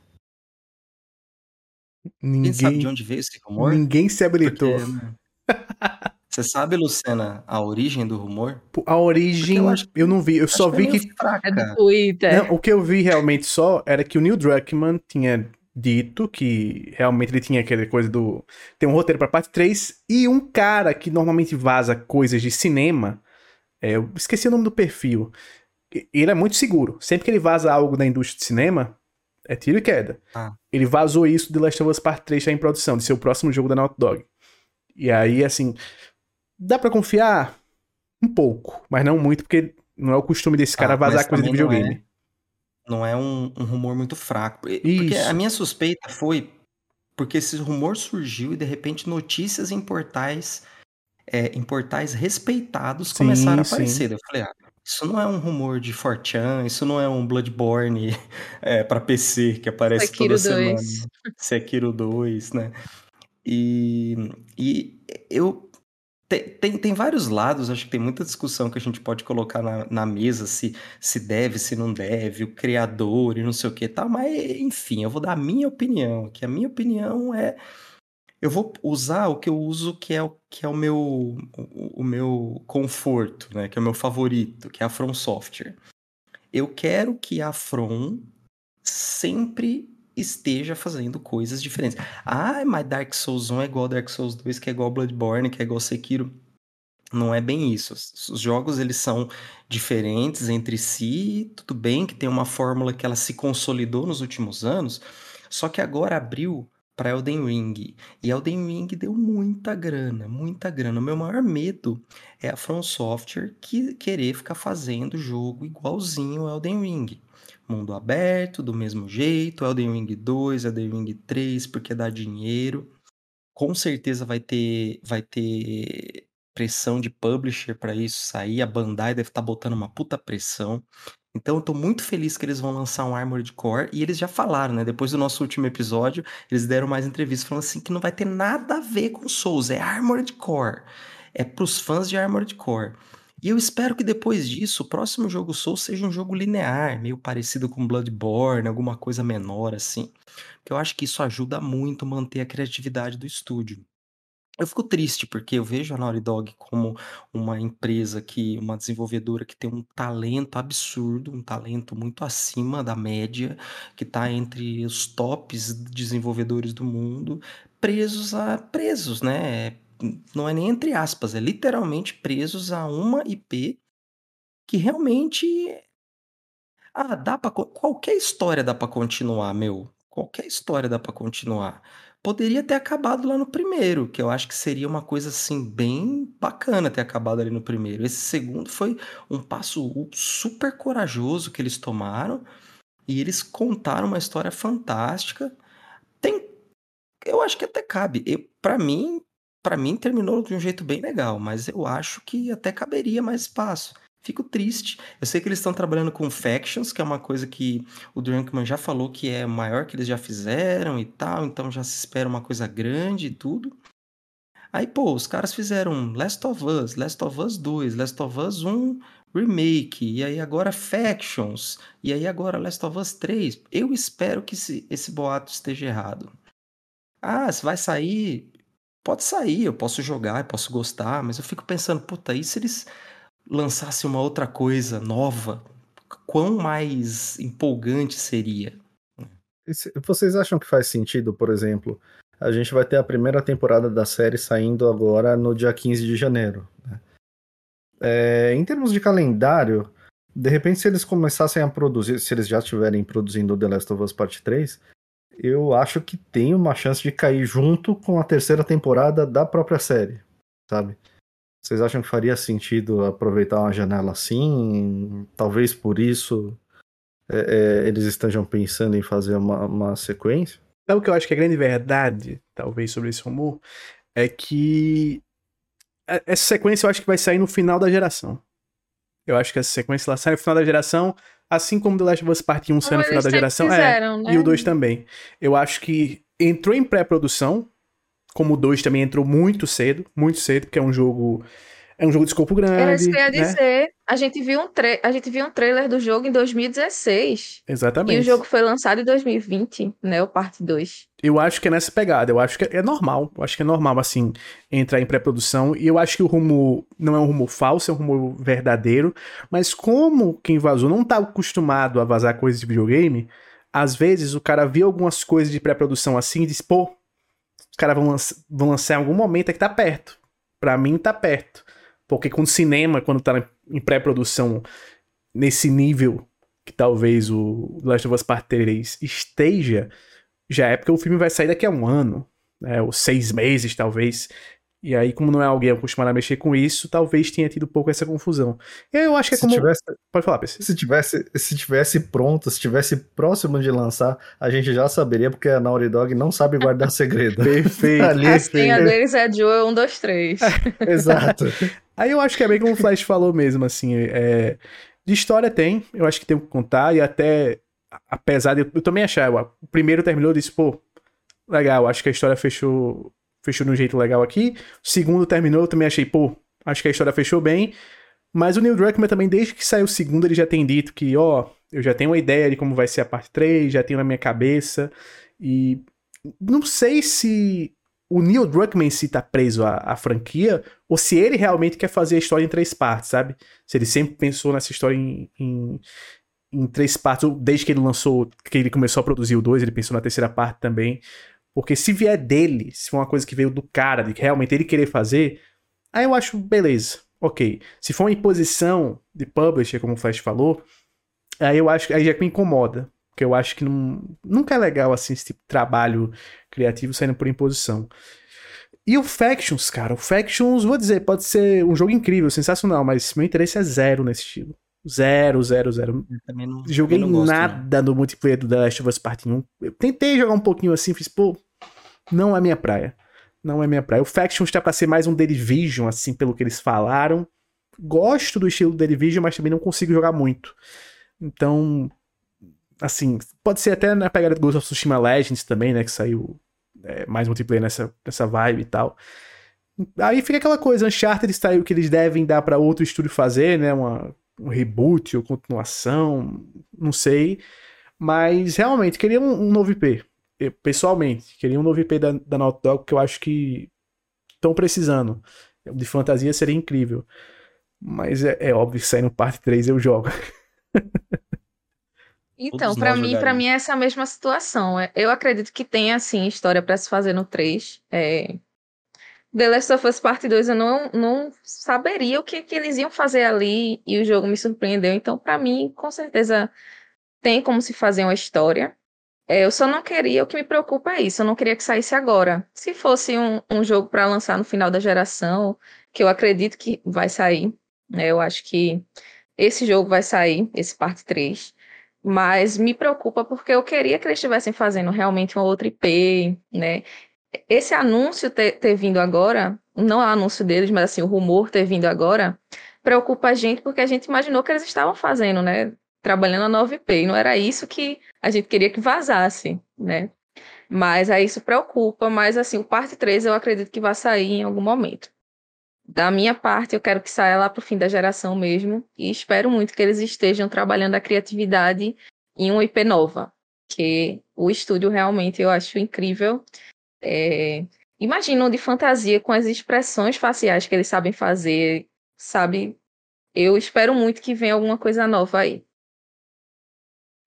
Quem sabe de Ninguém, onde veio esse rumor? ninguém se habilitou. Porque, né, você sabe, Luciana, a origem do rumor? Pô, A Porque eu acho origem, eu que, não vi. Eu acho só que é vi meio que. É do fraca. Twitter. Não, o que eu vi realmente só era que o Neil Druckmann tinha dito que realmente ele tinha aquela coisa do. Tem um roteiro pra parte três e um cara que normalmente vaza coisas de cinema. É, eu esqueci o nome do perfil. E- Ele é muito seguro. Sempre que ele vaza algo da indústria de cinema, é tiro e queda. Ah, Ele vazou isso de Last of Us Part três já em produção, de ser o próximo jogo da Naughty Dog. E aí, assim, dá pra confiar? Um pouco, mas não muito, porque não é o costume desse cara ah, mas vazar coisa de também não é, videogame. não é um, um rumor muito fraco. E- Porque a Isso. minha suspeita foi porque esse rumor surgiu e de repente notícias em portais, é, em portais respeitados começaram Sim, a sim. aparecer. Daí eu falei, ah, isso não é um rumor de quatro chan, isso não é um Bloodborne é, para P C que aparece toda Sekiro semana. dois. Sekiro dois, né? E, e eu tem, tem, tem vários lados, acho que tem muita discussão que a gente pode colocar na, na mesa, se, se deve, se não deve, o criador e não sei o que tal, mas enfim, eu vou dar a minha opinião, que a minha opinião é, eu vou usar o que eu uso, que é o, que é o meu, o, o meu conforto, né, que é o meu favorito, que é a From Software. Eu quero que a From sempre esteja fazendo coisas diferentes. Ah, mas Dark Souls um é igual Dark Souls dois, que é igual Bloodborne, que é igual Sekiro. Não é bem isso. Os os jogos eles são diferentes entre si, tudo bem que tem uma fórmula que ela se consolidou nos últimos anos, só que agora abriu para Elden Ring. E Elden Ring deu muita grana, muita grana. O meu maior medo é a From Software que querer ficar fazendo jogo igualzinho ao Elden Ring. Mundo aberto, do mesmo jeito, Elden Ring dois, Elden Ring três, porque dá dinheiro. Com certeza vai ter, vai ter pressão de publisher para isso sair. A Bandai deve estar botando uma puta pressão. Então eu tô muito feliz que eles vão lançar um Armored Core. E eles já falaram, né? Depois do nosso último episódio, eles deram mais entrevistas falando assim que não vai ter nada a ver com Souls. É Armored Core. É pros fãs de Armored Core. E eu espero que depois disso, o próximo jogo Souls seja um jogo linear, meio parecido com Bloodborne, alguma coisa menor assim. Porque eu acho que isso ajuda muito a manter a criatividade do estúdio. Eu fico triste porque eu vejo a Naughty Dog como uma empresa que, uma desenvolvedora que tem um talento absurdo, um talento muito acima da média, que está entre os tops desenvolvedores do mundo, presos a presos, né? Não é nem entre aspas, é literalmente presos a uma I P que realmente ah, dá pra co qualquer história dá pra continuar, meu. Qualquer história dá pra continuar. Poderia ter acabado lá no primeiro, que eu acho que seria uma coisa, assim, bem bacana ter acabado ali no primeiro. Esse segundo foi um passo u super corajoso que eles tomaram, e eles contaram uma história fantástica. Tem eu acho que até cabe. Eu pra mim pra mim terminou de um jeito bem legal, mas eu acho que até caberia mais espaço. Fico triste. Eu sei que eles estão trabalhando com Factions, que é uma coisa que o Drunkmann já falou que é o maior que eles já fizeram e tal, então já se espera uma coisa grande e tudo. Aí, pô, os caras fizeram Last of Us, Last of Us dois, Last of Us um Remake, e aí agora Factions, e aí agora Last of Us três. Eu espero que esse, esse boato esteja errado. Ah, se vai sair, pode sair, eu posso jogar, eu posso gostar, mas eu fico pensando, puta, e se eles lançassem uma outra coisa nova, quão mais empolgante seria. E se- Vocês acham que faz sentido, por exemplo, a gente vai ter a primeira temporada da série saindo agora no dia quinze de janeiro, né? É, em termos de calendário, de repente, se eles começassem a produzir, se eles já estiverem produzindo The Last of Us Parte três, eu acho que tem uma chance de cair junto com a terceira temporada da própria série, sabe? Vocês acham que faria sentido aproveitar uma janela assim? Talvez por isso é, é, eles estejam pensando em fazer uma, uma sequência? Sabe o que eu acho que é a grande verdade, talvez, sobre esse rumor? É que a- essa sequência eu acho que vai sair no final da geração. Eu acho que essa sequência ela sai no final da geração, assim como The Last of Us Part um sai Como no final eles da sempre geração. fizeram, É, né? e o dois também. Eu acho que entrou em pré-produção, como o dois também entrou muito cedo, muito cedo, porque é um jogo. É um jogo de escopo Era isso que grande, eu ia né? dizer. A gente viu um, tra a gente viu um trailer do jogo em dois mil e dezesseis. E o Exatamente. jogo foi lançado em dois mil e vinte, né? O parte dois. Eu acho que é nessa pegada. Eu acho que é normal. Eu acho que é normal, assim, entrar em pré-produção. E eu acho que o rumor não é um rumor falso, é um rumor verdadeiro. Mas como quem vazou não tá acostumado a vazar coisas de videogame, às vezes o cara viu algumas coisas de pré-produção assim e diz, pô, os caras vão, lança vão lançar em algum momento é que tá perto. Pra mim tá perto. Porque com o cinema, quando tá em pré-produção nesse nível que talvez o The Last of Us Part três esteja, já é porque o filme vai sair daqui a um ano, né, ou seis meses, talvez. E aí, como não é alguém acostumado a mexer com isso, talvez tenha tido um pouco essa confusão. Eu acho que é Se como... tivesse, Pode falar, P C. se tivesse, se tivesse pronto, se tivesse próximo de lançar, a gente já saberia, porque a Naughty Dog não sabe guardar segredo. Perfeito, Ali, A senha perfeito. deles é Joel um, dois, três. Exato. Aí eu acho que é bem como o Flash falou mesmo, assim, é... de história tem, eu acho que tem o que contar, e até, apesar de... Eu também achar, o primeiro terminou e disse, pô, legal, acho que a história fechou, fechou de um jeito legal aqui. O segundo terminou, eu também achei, pô, acho que a história fechou bem. Mas o Neil Druckmann também, desde que saiu o segundo, ele já tem dito que, ó, eu já tenho uma ideia de como vai ser a parte três, já tenho na minha cabeça. E não sei se o Neil Druckmann em si tá preso à, à franquia, ou se ele realmente quer fazer a história em três partes, sabe? Se ele sempre pensou nessa história em, em, em três partes, ou desde que ele lançou, que ele começou a produzir o dois, ele pensou na terceira parte também. Porque se vier dele, se for uma coisa que veio do cara, de que realmente ele querer fazer, aí eu acho beleza, ok. Se for uma imposição de publisher, como o Flash falou, aí eu acho que aí já me incomoda. Porque eu acho que não, nunca é legal assim esse tipo de trabalho criativo saindo por imposição. E o Factions, cara, o Factions, vou dizer, pode ser um jogo incrível, sensacional, mas meu interesse é zero nesse estilo. Zero, zero, zero. Eu também não, Joguei também não gosto, nada no multiplayer do The Last of Us Part um. Eu tentei jogar um pouquinho assim, fiz, pô, não é minha praia. Não é minha praia. O Factions tá pra ser mais um The Division, assim, pelo que eles falaram. Gosto do estilo do The Division, mas também não consigo jogar muito. Então, assim, pode ser até na pegada do Ghost of Tsushima Legends também, né, que saiu é, mais multiplayer nessa, nessa vibe e tal. Aí fica aquela coisa, Uncharted está aí o que eles devem dar pra outro estúdio fazer, né, uma, um reboot ou continuação, não sei. Mas, realmente, queria um, um novo I P. Eu, pessoalmente, queria um novo I P da, da Naughty Dog, que eu acho que estão precisando. De fantasia seria incrível. Mas é, é óbvio que sair no parte três eu jogo. Então, Todos pra nós mim, para jogaríamos. mim é essa mesma situação. É, Eu acredito que tem assim história pra se fazer no três. É, The Last of Us Parte dois eu não, não saberia o que, que eles iam fazer ali e o jogo me surpreendeu. Então, pra mim, com certeza tem como se fazer uma história. É, eu só não queria, o que me preocupa é isso, eu não queria que saísse agora. Se fosse um, um jogo pra lançar no final da geração, que eu acredito que vai sair, né? Eu acho que esse jogo vai sair, esse parte três. Mas me preocupa porque eu queria que eles estivessem fazendo realmente uma outra I P, né? Esse anúncio ter, ter vindo agora, não é o anúncio deles, mas assim, o rumor ter vindo agora, preocupa a gente porque a gente imaginou que eles estavam fazendo, né? Trabalhando a nova I P. E não era isso que a gente queria que vazasse, né? Mas aí isso preocupa, mas assim, o parte três eu acredito que vai sair em algum momento. Da minha parte, eu quero que saia lá para o fim da geração mesmo, e espero muito que eles estejam trabalhando a criatividade em uma I P nova, que o estúdio realmente eu acho incrível. É... Imagina um de fantasia com as expressões faciais que eles sabem fazer, sabe? Eu espero muito que venha alguma coisa nova aí.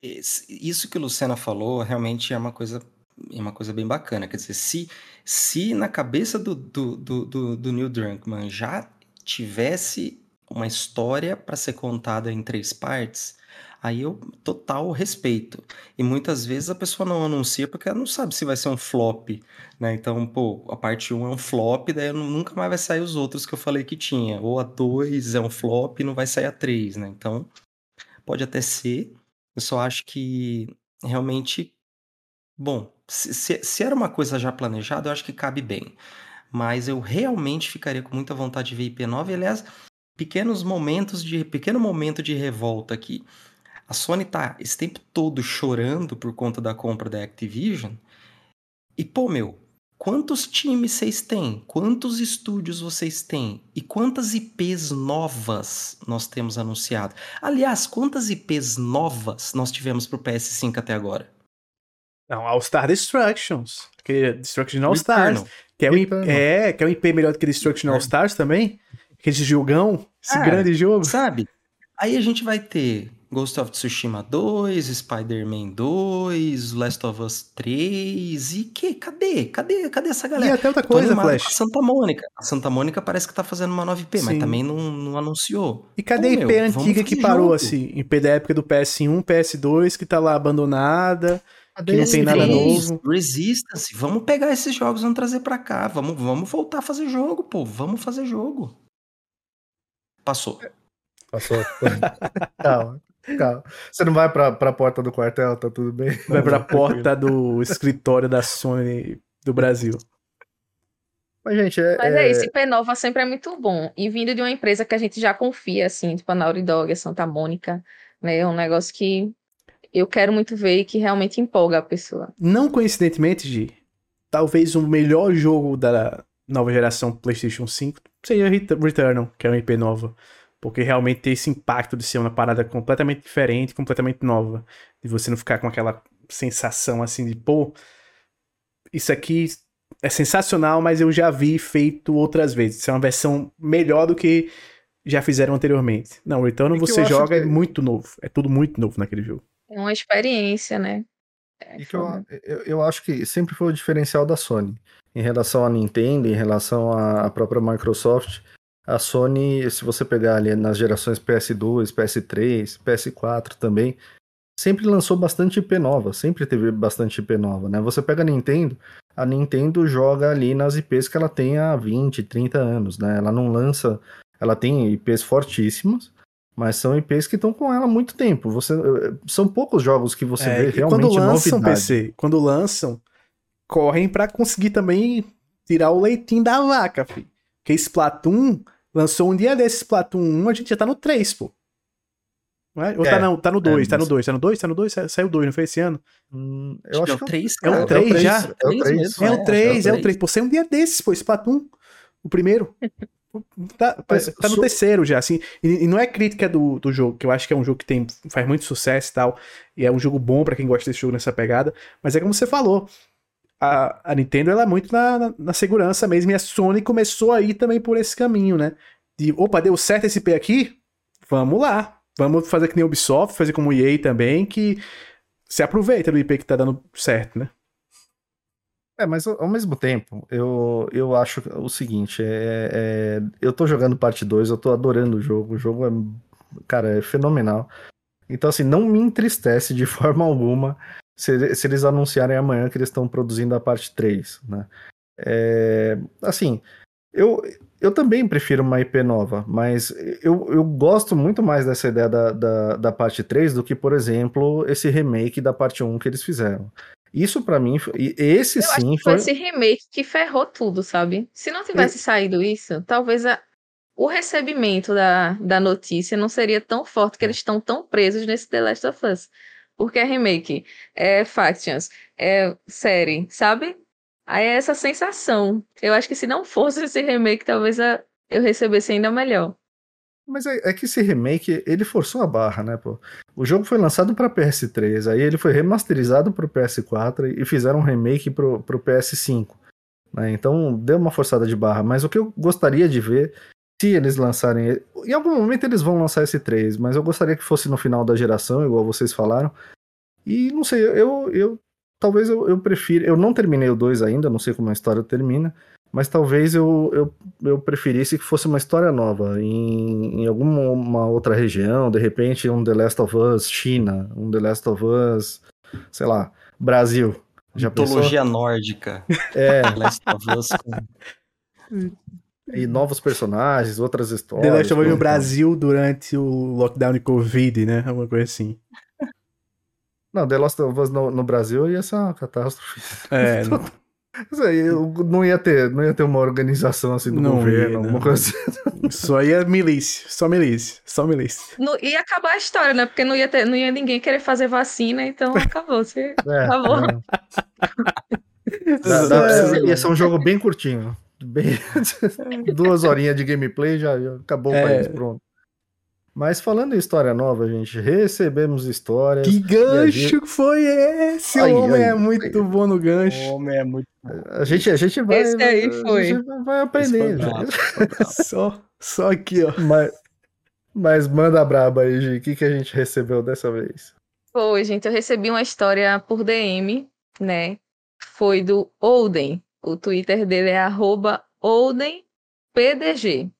esse- isso que o Luciana falou realmente é uma coisa, é uma coisa bem bacana. Quer dizer, se, se na cabeça do, do, do, do, do Neil Druckmann já tivesse uma história para ser contada em três partes, aí eu total respeito. E muitas vezes a pessoa não anuncia porque ela não sabe se vai ser um flop, né? Então, pô, a parte um é um flop, daí nu- nunca mais vai sair os outros que eu falei que tinha. Ou a dois é um flop e não vai sair a três, né? Então, pode até ser. Eu só acho que realmente, bom, se, se- se era uma coisa já planejada, eu acho que cabe bem. Mas eu realmente ficaria com muita vontade de ver I P nove. E, aliás, pequenos momentos de, pequeno momento de revolta aqui. A Sony tá esse tempo todo chorando por conta da compra da Activision. E, pô, meu, quantos times vocês têm? Quantos estúdios vocês têm? E quantas I Ps novas nós temos anunciado? Aliás, quantas I Ps novas nós tivemos pro P S cinco até agora? Não, All Star Destructions. Que é Destruction All Stars. Returnal. Que é, um, I- Returnal. é, que é um I P melhor do que Destruction All Returnal. Stars também. Aquele jogão, esse Cara, grande jogo. sabe? Aí a gente vai ter Ghost of Tsushima dois, Spider-Man dois, Last of Us três e que? Cadê? Cadê? Cadê essa E galera? até outra Eu tô coisa, animado com a Flash. Santa Mônica. A Santa Mônica parece que tá fazendo uma nova I P, mas Sim. também não, não anunciou. E cadê Pô, a I P meu, vamos antiga que fazer parou jogo. assim? I P da época do P S um, P S dois, que tá lá abandonada, Cadê que não esse tem nada Três, novo. Resistance. Vamos pegar esses jogos e vamos trazer pra cá. Vamos, vamos voltar a fazer jogo, pô. Vamos fazer jogo. Passou. Passou. Calma, calma. Você não vai pra, pra porta do quartel, tá tudo bem? Vai pra porta do escritório da Sony do Brasil. Mas, gente, é. Mas é é- isso, I P nova sempre é muito bom. E vindo de uma empresa que a gente já confia, assim, tipo a Naughty Dog, a Santa Mônica, né? É um negócio que eu quero muito ver e que realmente empolga a pessoa. Não coincidentemente, Gi, talvez o melhor jogo da nova geração PlayStation cinco seja Ret- Returnal, que é uma I P nova. Porque realmente tem esse impacto de ser uma parada completamente diferente, completamente nova. De você não ficar com aquela sensação assim de, pô, isso aqui é sensacional, mas eu já vi feito outras vezes. Isso é uma versão melhor do que já fizeram anteriormente. Não, o Returnal E que você eu acho joga, é que- muito novo. É tudo muito novo naquele jogo. É uma experiência, né? É E que eu, foda. eu, eu acho que sempre foi o diferencial da Sony. Em relação à Nintendo, em relação à à própria Microsoft, a Sony, se você pegar ali nas gerações P S dois, P S três, P S quatro também, sempre lançou bastante I P nova, sempre teve bastante I P nova, né? Você pega a Nintendo, a Nintendo joga ali nas I Ps que ela tem há vinte, trinta anos, né? Ela não lança, ela tem I Ps fortíssimas, mas são I Ps que estão com ela há muito tempo. Você, são poucos jogos que você É, vê e realmente quando lançam, novidade. P C, quando lançam, correm pra conseguir também tirar o leitinho da vaca, filho. Porque Splatoon lançou um dia desses, Splatoon um, a gente já tá no três, pô. Não é? Ou É, tá, não, tá no dois, é, tá no mas- dois, tá no dois, tá no dois, saiu o dois, não foi esse ano? Hum, Acho eu que é acho o que três, é o cara. três já? É o três mesmo, É o acho que três, é o três. três. Pô, saiu um dia desses, pô, Splatoon, o primeiro. Tá, Mas tá no su- terceiro já, assim. E, e não é crítica do, do jogo, que eu acho que é um jogo que tem, faz muito sucesso e tal. E é um jogo bom pra quem gosta desse jogo nessa pegada. Mas é como você falou. A, a Nintendo ela é muito na, na, na segurança mesmo. E a Sony começou a ir também por esse caminho, né? De, opa, deu certo esse I P aqui? Vamos lá. Vamos fazer que nem a Ubisoft, fazer como E A também, que se aproveita do I P que tá dando certo, né? É, mas ao ao mesmo tempo, eu, eu acho o seguinte, é, é- eu tô jogando parte dois, eu tô adorando o jogo, o jogo é, cara, é fenomenal. Então, assim, não me entristece de forma alguma se, se eles anunciarem amanhã que eles estão produzindo a parte três, né? É, assim, eu, eu também prefiro uma I P nova, mas eu, eu gosto muito mais dessa ideia da, da, da parte três do que, por exemplo, esse remake da parte um que eles fizeram. Isso pra mim, foi- e esse Eu acho sim que foi foi. esse remake que ferrou tudo, sabe? Se não tivesse saído isso, talvez a- o recebimento da, da notícia não seria tão forte que eles estão tão presos nesse The Last of Us. Porque é remake, é Factions, é série, sabe? Aí é essa sensação. Eu acho que se não fosse esse remake, talvez a- eu recebesse ainda melhor. Mas é, é que esse remake, ele forçou a barra, né, pô? O jogo foi lançado pra P S três, aí ele foi remasterizado pro P S quatro e fizeram um remake pro, pro P S cinco, né? Então deu uma forçada de barra. Mas o que eu gostaria de ver, se eles lançarem. Em algum momento eles vão lançar esse três, mas eu gostaria que fosse no final da geração, igual vocês falaram, E não sei, eu, eu talvez eu, eu prefira. Eu não terminei o dois ainda, não sei como a história termina, mas talvez eu, eu, eu preferisse que fosse uma história nova, em, em alguma outra região, de repente um The Last of Us China, um The Last of Us, sei lá, Brasil. Já pensou? Mitologia nórdica. É, Last of Us com... e novos personagens, outras The histórias. Last of Us no coisa e tal. Brasil durante o lockdown de Covid, né? Alguma coisa assim. Não, The Last of Us no, no Brasil ia ser uma catástrofe. É, não, Isso aí, eu- não ia ter, não ia ter uma organização assim do não governo, ia, alguma não. coisa assim. Só ia milícia, só milícia, só milícia. Não, ia acabar a história, né? Porque não ia, ter, não ia ninguém querer fazer vacina, então acabou. Você É, acabou. não. Dá- dá- Precisa ia não. ser um jogo bem curtinho. Bem, duas horinhas de gameplay já, já acabou o É. país, pronto. Mas falando em história nova, gente, recebemos histórias. Que e a gancho gente, que foi esse? Aí, o homem aí, é muito aí. bom no O gancho. homem é muito a gente, a gente vai, Esse aí a foi. gente vai Esse foi aprendendo. brabo, gente. esse foi brabo. Só, só aqui, ó. Mas, mas manda braba aí, Gi. O que, que a gente recebeu dessa vez? Foi, gente, eu recebi uma história por D M, né? Foi do Olden. O Twitter dele é arroba OldenPDG.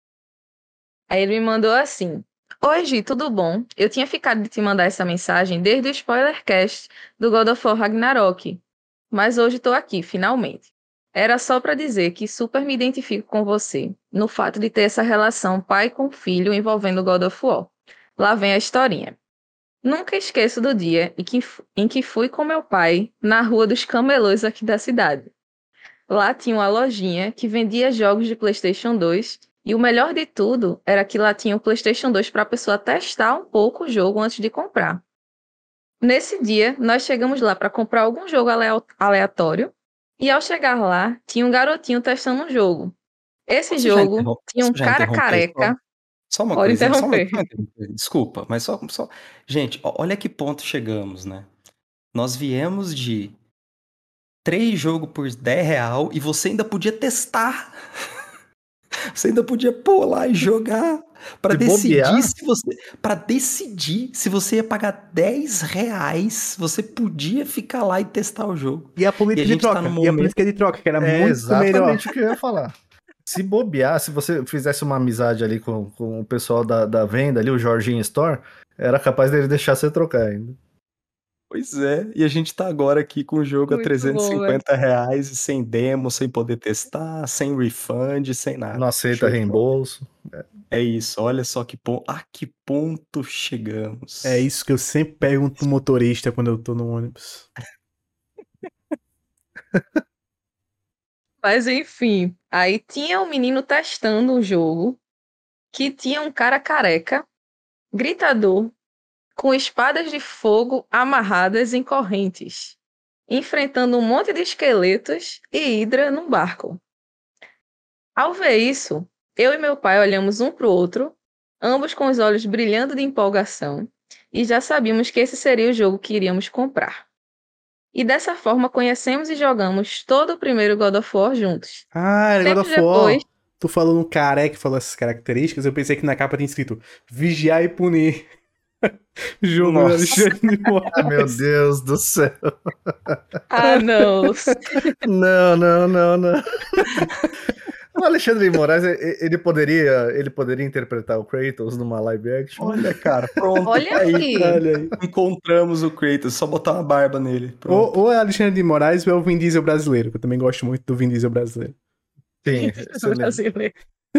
Aí ele me mandou assim: Oi, Gi, tudo bom? Eu tinha ficado de te mandar essa mensagem desde o spoilercast do God of War Ragnarok, mas hoje tô aqui, finalmente. Era só pra dizer que super me identifico com você, no fato de ter essa relação pai com filho envolvendo God of War. Lá vem a historinha. Nunca esqueço do dia em que, em que fui com meu pai na Rua dos Camelôs aqui da cidade. Lá tinha uma lojinha que vendia jogos de PlayStation dois e o melhor de tudo era que lá tinha o PlayStation dois para a pessoa testar um pouco o jogo antes de comprar. Nesse dia, nós chegamos lá para comprar algum jogo alea- aleatório e ao chegar lá, tinha um garotinho testando um jogo. Esse Posso já jogo interrom- tinha um posso já cara interromper? Só, careca. só uma Pode coisinha, só uma, interromper. só uma interromper. Desculpa, mas só, só. Gente, ó, olha que ponto chegamos, né? Nós viemos de três jogos por dez real e você ainda podia testar. Você ainda podia pôr lá e jogar para Se decidir bobear? se você, para decidir se você ia pagar dez reais, você podia ficar lá e testar o jogo. E a E a política de gente tá troca? no E a momento. política de troca, que era É muito melhor. exatamente o que eu ia falar. Se bobear, se você fizesse uma amizade ali com, com o pessoal da, da venda ali, o Jorginho Store, era capaz dele deixar você trocar ainda. Pois é, e a gente tá agora aqui com o jogo a Muito trezentos e bom, velho. cinquenta reais e sem demo, sem poder testar, sem refund, sem nada. Não aceita Show de bola. reembolso. É isso, olha só que ponto, a que ponto chegamos. É isso que eu sempre pergunto pro motorista quando eu tô no ônibus. Mas enfim, aí tinha um menino testando um jogo que tinha um cara careca, gritador, com espadas de fogo amarradas em correntes, enfrentando um monte de esqueletos e hidra num barco. Ao ver isso, eu e meu pai olhamos um para o outro, ambos com os olhos brilhando de empolgação, e já sabíamos que esse seria o jogo que iríamos comprar. E dessa forma conhecemos e jogamos todo o primeiro God of War juntos. Ah, era God Tempos of War. depois, Tu falou no careca que falou essas características, eu pensei que na capa tinha escrito Vigiar e Punir. Jogo do Nossa. Alexandre de Moraes. Ah, meu Deus do céu. ah não, Não, não, não, não. O Alexandre de Moraes, e- ele poderia, ele poderia interpretar o Kratos numa live action. Olha, cara, pronto, olha tá aí. aí. Olha aí. Encontramos o Kratos, só botar uma barba nele. Pronto. Ou, ou é Alexandre de Moraes ou é o Vin Diesel brasileiro, que eu também gosto muito do Vin Diesel brasileiro. Sim, excelente. Brasileiro.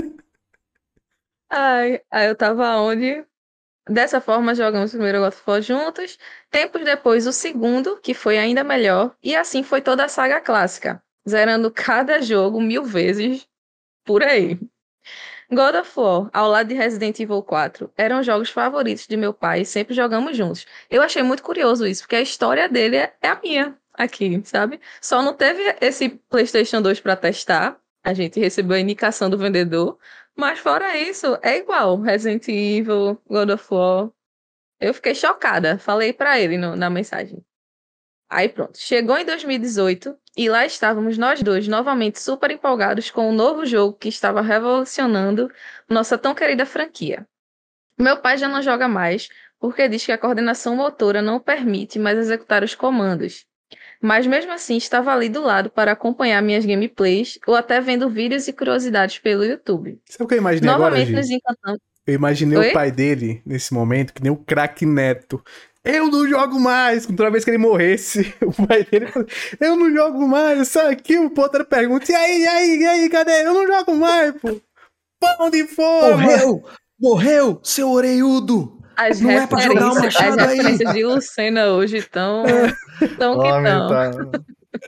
Ai, aí eu tava onde? Dessa forma, jogamos o primeiro God of War juntos. Tempos depois, o segundo, que foi ainda melhor. E assim foi toda a saga clássica, zerando cada jogo mil vezes por aí. God of War, ao lado de Resident Evil quatro, eram os jogos favoritos de meu pai e sempre jogamos juntos. Eu achei muito curioso isso, porque a história dele é é a minha aqui, sabe? Só não teve esse PlayStation dois para testar. A gente recebeu a indicação do vendedor. Mas fora isso, é igual. Resident Evil, God of War. Eu fiquei chocada. Falei pra ele no- na mensagem. Aí pronto. Chegou em dois mil e dezoito e lá estávamos nós dois novamente super empolgados com um novo jogo que estava revolucionando nossa tão querida franquia. Meu pai já não joga mais, porque diz que a coordenação motora não permite mais executar os comandos. Mas mesmo assim estava ali do lado para acompanhar minhas gameplays ou até vendo vídeos e curiosidades pelo YouTube. Sabe o que eu imaginei agora, Novamente nos Gi? encantamos. Eu imaginei Oi? o pai dele, nesse momento, que nem o craque Neto. Eu não jogo mais! Toda vez que ele morresse, o pai dele falou, eu não jogo mais, sai aqui, o Potter pergunta, e aí, e aí, e aí, cadê? Eu não jogo mais, pô! Pão de forma! Morreu! Morreu, seu orelhudo! As Não é pra jogar o referências, as machado aí! referências de Lucena hoje estão tão que Homem, estão. tá.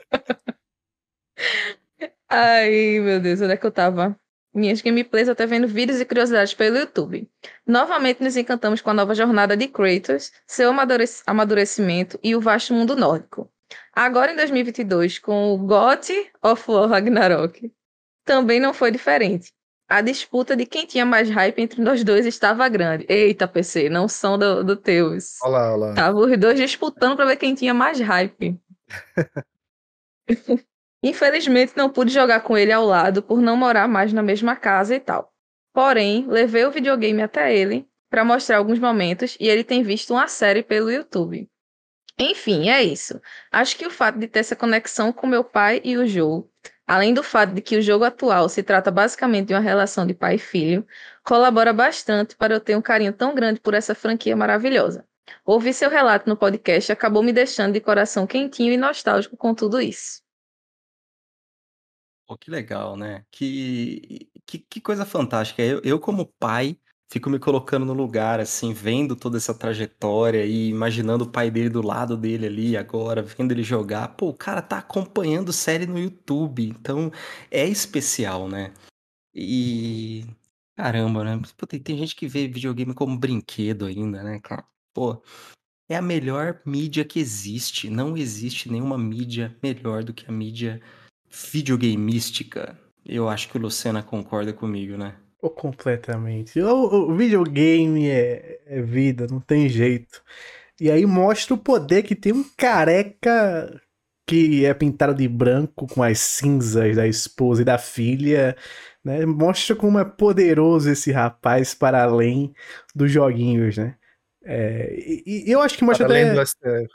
Ai, meu Deus, onde é que eu tava? Minhas gameplays até vendo vídeos e curiosidades pelo YouTube. Novamente nos encantamos com a nova jornada de Kratos, seu amadurec- amadurecimento e o vasto mundo nórdico. Agora em dois mil e vinte e dois, com o God of War Ragnarok, também não foi diferente. A disputa de quem tinha mais hype entre nós dois estava grande. Eita, P C, não são do, do teus. Olha lá, olha lá. Estavam os dois disputando para ver quem tinha mais hype. Infelizmente, não pude jogar com ele ao lado por não morar mais na mesma casa e tal. Porém, levei o videogame até ele para mostrar alguns momentos e ele tem visto uma série pelo YouTube. Enfim, é isso. Acho que o fato de ter essa conexão com meu pai e o jogo, além do fato de que o jogo atual se trata basicamente de uma relação de pai e filho, colabora bastante para eu ter um carinho tão grande por essa franquia maravilhosa. Ouvir seu relato no podcast acabou me deixando de coração quentinho e nostálgico com tudo isso. Pô, que legal, né? Que, que, que coisa fantástica. Eu, eu, como pai, fico me colocando no lugar, assim, vendo toda essa trajetória e imaginando o pai dele do lado dele ali agora, vendo ele jogar. Pô, o cara tá acompanhando série no YouTube, então é especial, né? E caramba, né? Pô, tem, tem gente que vê videogame como brinquedo ainda, né, cara? Pô, é a melhor mídia que existe. Não existe nenhuma mídia melhor do que a mídia videogameística. Eu acho que o Lucena concorda comigo, né? Pô, completamente. O, o videogame é, é vida, não tem jeito. E aí mostra o poder que tem um careca que é pintado de branco com as cinzas da esposa e da filha, né? Mostra como é poderoso esse rapaz para além dos joguinhos, né? É, e, e eu acho que mostra Para além do até, S T F.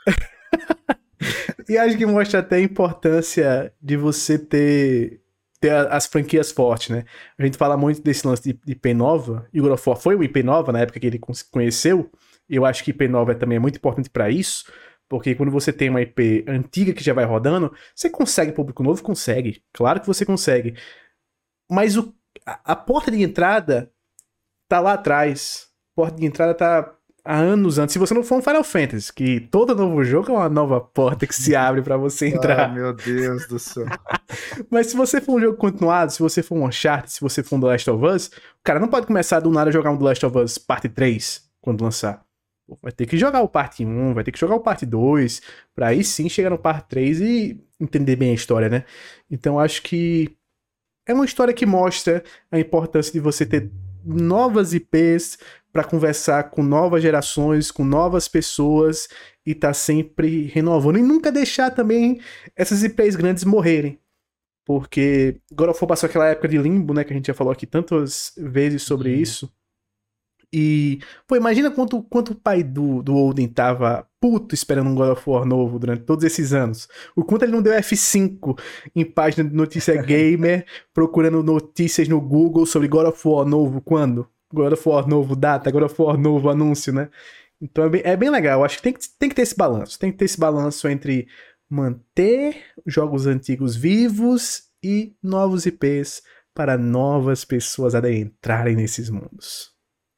e acho que mostra até a importância de você ter, ter a- as franquias fortes, né? A gente fala muito desse lance de, de I P nova, e o God of War foi uma I P nova na época que ele con- conheceu. Eu acho que I P nova também é muito importante para isso, porque quando você tem uma I P antiga que já vai rodando, você consegue público novo? Consegue. Claro que você consegue. Mas o, a, a porta de entrada tá lá atrás. A porta de entrada tá há anos antes. Se você não for um Final Fantasy, que todo novo jogo é uma nova porta que se abre para você Ah, entrar. meu Deus do céu. Mas se você for um jogo continuado, se você for um Uncharted, se você for um The Last of Us, o cara não pode começar do nada a jogar um The Last of Us parte três quando lançar. Vai ter que jogar o parte um, vai ter que jogar o parte dois, pra aí sim chegar no parte três e entender bem a história, né? Então acho que é uma história que mostra a importância de você ter novas I Ps pra conversar com novas gerações, com novas pessoas e tá sempre renovando. E nunca deixar também essas I Ps grandes morrerem. Porque God of War passou aquela época de limbo, né? Que a gente já falou aqui tantas vezes sobre Uhum. isso. E, pô, imagina quanto, quanto o pai do, do Odin tava puto esperando um God of War novo durante todos esses anos. O quanto ele não deu F cinco em página de notícia gamer, procurando notícias no Google sobre God of War novo, quando? God of War novo, data, God of War novo, anúncio, né? Então é bem, é bem legal. Acho que tem, que tem que ter esse balanço. Tem que ter esse balanço entre manter jogos antigos vivos e novos I Ps para novas pessoas adentrarem nesses mundos.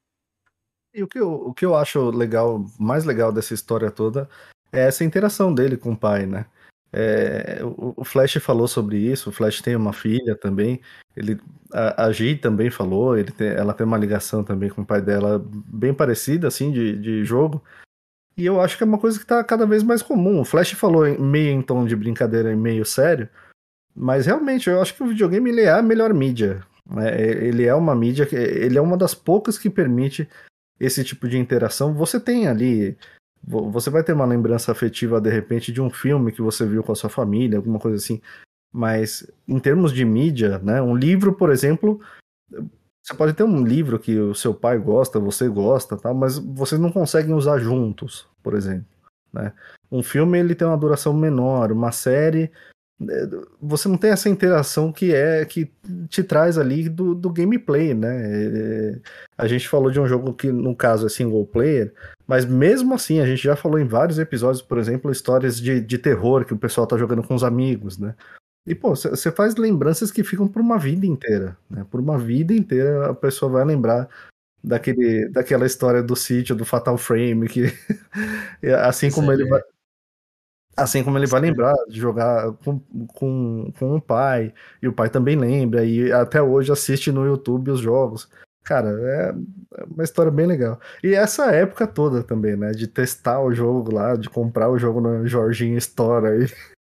E o que eu, o que eu acho legal, mais legal dessa história toda é essa interação dele com o pai, né? É, o, o Flash falou sobre isso, o Flash tem uma filha também, ele, a, a Gi também falou, ele tem- ela tem uma ligação também com o pai dela bem parecida, assim, de, de jogo, e eu acho que é uma coisa que tá cada vez mais comum. O Flash falou em- meio em tom de brincadeira e meio sério, mas realmente eu acho que o videogame ele é a melhor mídia, né? Ele é uma mídia, que ele é uma das poucas que permite esse tipo de interação. Você tem ali, vo- você vai ter uma lembrança afetiva de repente de um filme que você viu com a sua família, alguma coisa assim, mas em termos de mídia, né, um livro, por exemplo, Você pode ter um livro que o seu pai gosta, você gosta, tá? Mas vocês não conseguem usar juntos, por exemplo, né? Um filme ele tem uma duração menor, uma série você não tem essa interação que é que te traz ali do, do gameplay, né? É, a gente falou de um jogo que no caso é single player, mas mesmo assim a gente já falou em vários episódios, por exemplo, histórias de, de terror que o pessoal tá jogando com os amigos, né? E, pô, você faz lembranças que ficam por uma vida inteira, né? Por uma vida inteira a pessoa vai lembrar daquele, daquela história do sítio, do Fatal Frame, que assim como Pois ele é. vai, assim como ele vai Sim. lembrar de jogar com, com, com o pai, e o pai também lembra, e até hoje assiste no YouTube os jogos. Cara, é uma história bem legal. E essa época toda também, né? De testar o jogo lá, de comprar o jogo no Jorginho Store aí.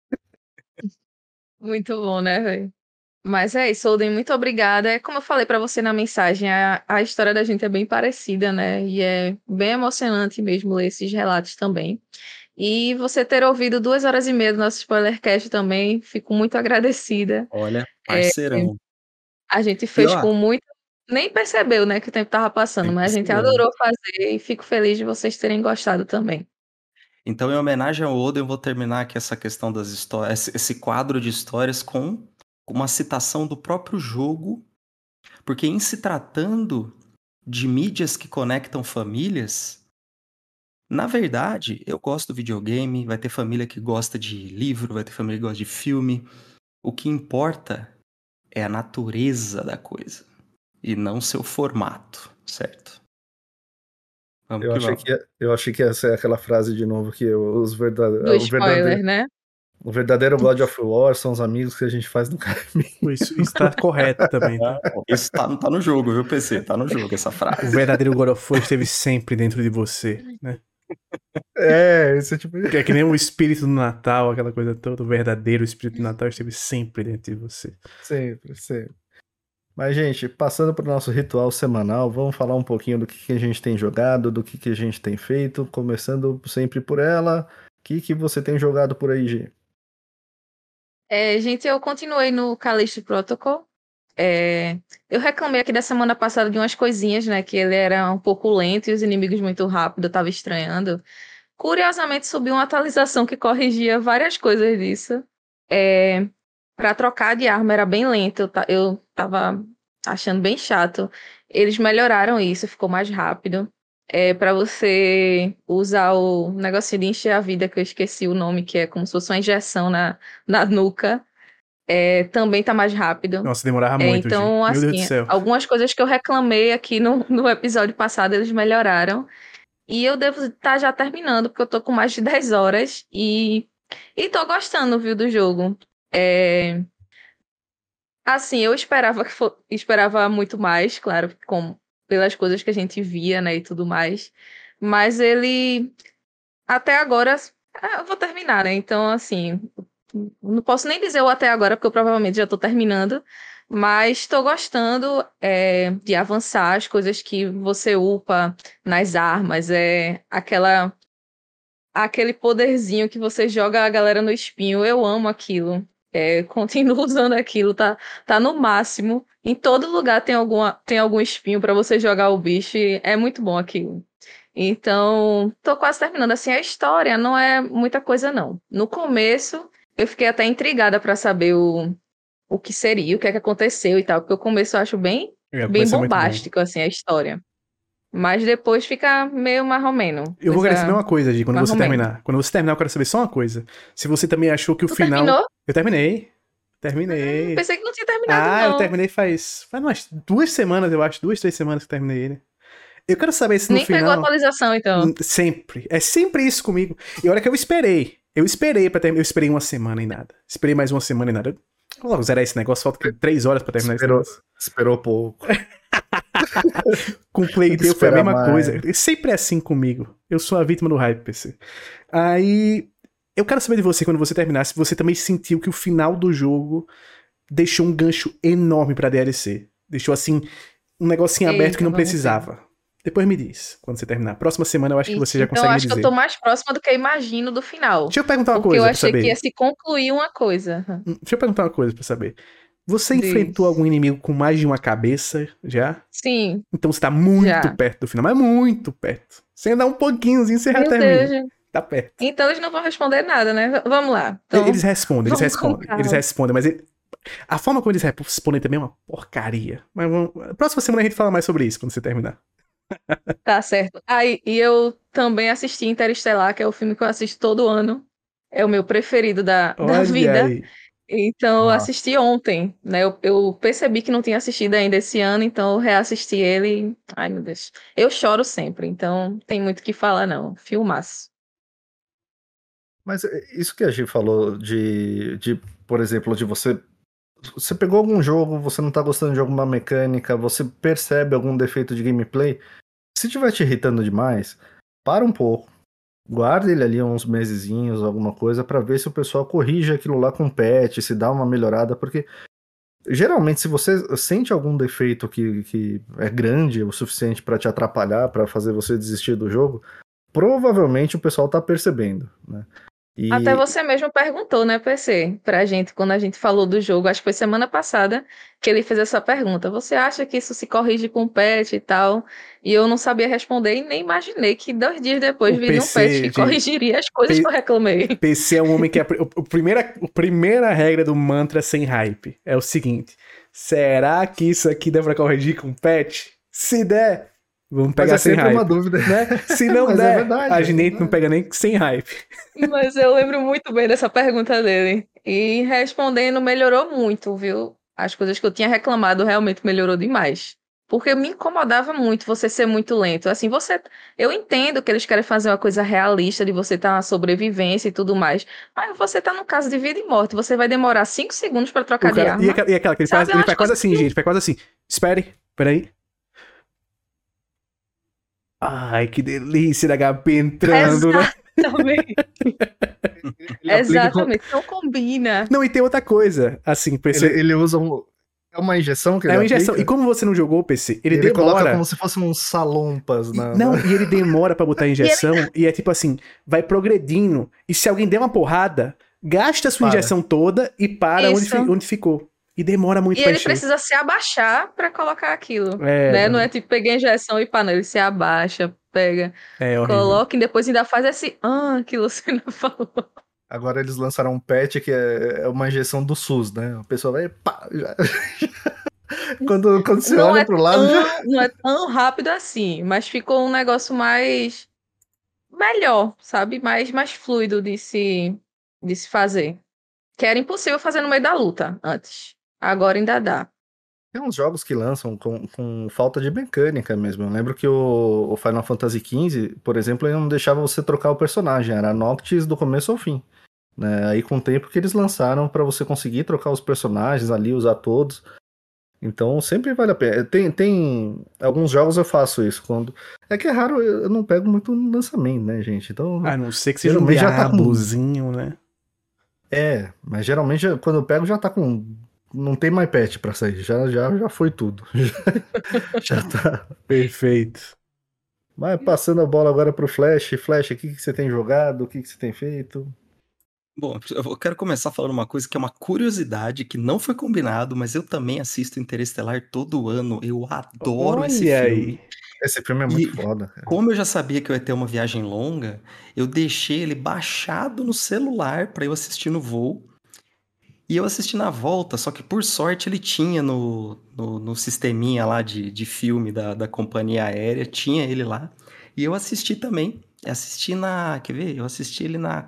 Muito bom, né, velho? Mas é isso, Holden, muito obrigada. É como eu falei pra você na mensagem, a, a história da gente é bem parecida, né? E é bem emocionante mesmo ler esses relatos também. E você ter ouvido duas horas e meia do nosso Spoilercast também, fico muito agradecida. Olha, É, parceirão. a gente E fez ó, com muito. Nem percebeu, né, que o tempo tava passando, nem mas a gente percebeu. adorou fazer e fico feliz de vocês terem gostado também. Então, em homenagem ao Oden, eu vou terminar aqui essa questão das histórias, esse- esse quadro de histórias com uma citação do próprio jogo, porque em se tratando de mídias que conectam famílias, na verdade, eu gosto do videogame, vai ter família que gosta de livro, vai ter família que gosta de filme. O que importa é a natureza da coisa e não seu formato, certo? Vamos Eu que achei vamos. que, ia- eu achei que ia ser aquela frase de novo que os verdade- Do o verdadeiro, spoiler, né? o verdadeiro God of War são os amigos que a gente faz no caminho. Isso, isso tá correto também, tá? Isso tá, tá no jogo, viu, P C? Tá no jogo essa O frase. verdadeiro God of War esteve sempre dentro de você, né? É, esse é tipo. Que é que nem o espírito do Natal, aquela coisa toda. O verdadeiro espírito do Natal esteve sempre dentro de você. Sempre, sempre. Mas, gente, passando para o nosso ritual semanal, vamos falar um pouquinho do que, que a gente tem jogado, do que, que a gente tem feito, começando sempre por ela. O que, que você tem jogado por aí, Gi? É, gente, eu continuei no Callisto Protocol. É, eu reclamei aqui da semana passada de umas coisinhas, né? Que ele era um pouco lento e os inimigos muito rápido, eu tava estranhando. Curiosamente, subiu uma atualização que corrigia várias coisas disso. É, para trocar de arma era bem lento, eu, ta- eu tava achando bem chato. Eles melhoraram isso, ficou mais rápido. É, para você usar o negocinho de encher a vida, que eu esqueci o nome, que é como se fosse uma injeção na, na nuca, é, também tá mais rápido. Nossa, demorava É, muito, Gi. então, Meu Deus do assim, céu. algumas coisas que eu reclamei aqui no, no episódio passado, eles melhoraram. E eu devo estar já terminando, porque eu tô com mais de dez horas e, e tô gostando, viu, do jogo. É, assim, eu esperava que fo- esperava muito mais, claro, como pelas coisas que a gente via, né, e tudo mais. Mas ele até agora ah, eu vou terminar, né? Então, assim, não posso nem dizer o até agora, porque eu provavelmente já tô terminando. Mas estou gostando é, de avançar as coisas que você upa nas armas. É aquela aquele poderzinho que você joga a galera no espinho. Eu amo aquilo. É, continuo usando aquilo, tá, tá no máximo. Em todo lugar tem, alguma, tem algum espinho para você jogar o bicho. E é muito bom aquilo. Então, tô quase terminando. Assim, a história não é muita coisa, não. No começo, eu fiquei até intrigada para saber o, o que seria, o que é que aconteceu e tal, porque o começo eu acho bem, É, bem começa muito bom. bombástico, assim, a história. Mas depois fica meio marromeno. Eu vou querer saber Coisa uma coisa, Gi, quando você marromeno. terminar. Quando você terminar, eu quero saber só uma coisa. Se você também achou que o Tu final. terminou? Eu terminei. Terminei. Pensei que não tinha terminado, Ah, eu não. terminei faz. Faz umas duas semanas, eu acho. Duas, três semanas que eu terminei ele. Eu quero saber se no Nem pegou a final. atualização, então. Hum, Sempre. É sempre isso comigo. E olha que eu esperei. Eu esperei pra terminar. Eu esperei uma semana e nada. Esperei mais uma semana e nada. Eu vou logo zerar esse negócio. Falta que três horas pra terminar Esperou, esse negócio. esperou pouco. Com o Plague Tem que Tale foi a esperar mesma mais. coisa. É sempre assim comigo. Eu sou a vítima do hype, P C. Aí. Eu quero saber de você, quando você terminar, se você também sentiu que o final do jogo deixou um gancho enorme pra D L C. Deixou, assim, um negocinho Eita, aberto que não vamos ver. precisava. Depois me diz, quando você terminar. Próxima semana eu acho que Isso, você já então consegue me acho que dizer. eu tô mais próxima do que eu imagino do final. Deixa eu perguntar uma Porque eu coisa pra achei que saber. ia se concluir uma coisa. Hum, Deixa eu perguntar uma coisa pra saber. Você Diz. enfrentou algum inimigo com mais de uma cabeça já? Sim, Então você tá muito Já. perto do final, mas muito perto. Sem andar um pouquinhozinho, você já meu termina. Deus. gente. Tá perto. Então eles não vão responder nada, né? V- Vamos lá. Então, Eles respondem, eles vamos com respondem, eles calma. respondem, mas ele- a forma como eles respondem também é uma porcaria. Mas vamos... próxima semana a gente fala mais sobre isso quando você terminar. Tá certo. Aí, e eu também assisti Interestelar, que é o filme que eu assisto todo ano. É o meu preferido da, da Olha vida. aí. Então, eu Nossa. assisti ontem, né? Eu, eu percebi que não tinha assistido ainda esse ano, então eu reassisti ele. e- Ai, meu Deus. Eu choro sempre, então tem muito o que falar, não. Filmaço. Mas é, isso que a gente falou de, de, por exemplo, de você. Você pegou algum jogo, você não tá gostando de alguma mecânica, você percebe algum defeito de gameplay. Se estiver te irritando demais, para um pouco. Guarda ele ali uns mesezinhos, alguma coisa, pra ver se o pessoal corrige aquilo lá com patch, se dá uma melhorada, porque geralmente se você sente algum defeito que, que é grande o suficiente pra te atrapalhar, pra fazer você desistir do jogo, provavelmente o pessoal tá percebendo, né? Até E, você mesmo perguntou, né, P C, pra gente, quando a gente falou do jogo, acho que foi semana passada que ele fez essa pergunta. Você acha que isso se corrige com patch e tal? E eu não sabia responder e nem imaginei que dois dias depois O viria um patch P C, que gente, corrigiria as coisas que eu reclamei. P C é um homem que... É, o, o primeira, a primeira regra do mantra sem hype é o seguinte. Será que isso aqui dá pra corrigir com patch? Se der, vamos mas pegar é sem sempre hype. uma dúvida. Né? Se não Mas é der, verdade, a é gente verdade. não pega nem sem hype. Mas eu lembro muito bem dessa pergunta dele. E respondendo, melhorou muito, viu? As coisas que eu tinha reclamado realmente melhorou demais. Porque me incomodava muito você ser muito lento. Assim, você. Eu entendo que eles querem fazer uma coisa realista de você estar na sobrevivência e tudo mais. Mas você tá no caso de vida e morte. Você vai demorar cinco segundos pra O trocar de cara, e, arma. aquela, e aquela que ele Sabe, faz, é ele umas faz quase coisas assim, que- gente. Faz quase assim. Espere, peraí. Ai, que delícia da H P entrando, né? Exatamente. Ele aplica com- Exatamente. Não combina. Não, e tem outra coisa. Assim, P C. Ele, ele usa um. É uma injeção que é ele uma injeção. E aplica? como você não jogou o P C, ele, Ele coloca demora. como se fossem uns salompas E- na. não, na- e ele demora pra botar a injeção. E é tipo assim, vai progredindo. E se alguém der uma porrada, gasta a sua Para. injeção toda e para onde, Isso. fi- onde ficou. E demora muito E pra ele encher. precisa se abaixar pra colocar aquilo. É, né? não. Não é tipo, peguei a injeção e pá, não. Ele se abaixa, pega, É horrível. coloca e depois ainda faz esse ah que Luciana falou. Agora eles lançaram um patch que é, é uma injeção do SUS, né? A pessoa vai. Pá, já- quando, quando você Não olha é, pro lado, já. tão, não é tão rápido assim, mas ficou um negócio mais melhor, sabe? Mais, mais fluido de se, de se fazer. Que era impossível fazer no meio da luta antes. Agora ainda dá. Tem uns jogos que lançam com, com falta de mecânica mesmo. Eu lembro que o, o Final Fantasy quinze, por exemplo, ele não deixava você trocar o personagem, era Noctis do começo ao fim. Né? Aí com o tempo que eles lançaram pra você conseguir trocar os personagens ali, usar todos. Então sempre vale a pena. Tem, tem alguns jogos eu faço isso. Quando é que é raro, eu não pego muito no lançamento, né, gente? Então, A não ser que seja um geralmente já tá com- Diablozinho, né? é, mas geralmente já- quando eu pego já tá com. Não tem mais patch pra sair, já, já, já foi tudo. Já, já tá. Perfeito. Mas passando a bola agora pro Flash. Flash, o que, que você tem jogado? O que, que você tem feito? Bom, eu quero começar falando uma coisa que é uma curiosidade, que não foi combinado, mas eu também assisto Interestelar todo ano. Eu adoro esse Olha filme. aí. Esse filme é muito E foda, cara. como eu já sabia que eu ia ter uma viagem longa, eu deixei ele baixado no celular para eu assistir no voo. E eu assisti na volta, só que por sorte ele tinha no, no, no sisteminha lá de, de filme da, da companhia aérea, tinha ele lá. E eu assisti também. Assisti na. Quer ver? Eu assisti ele na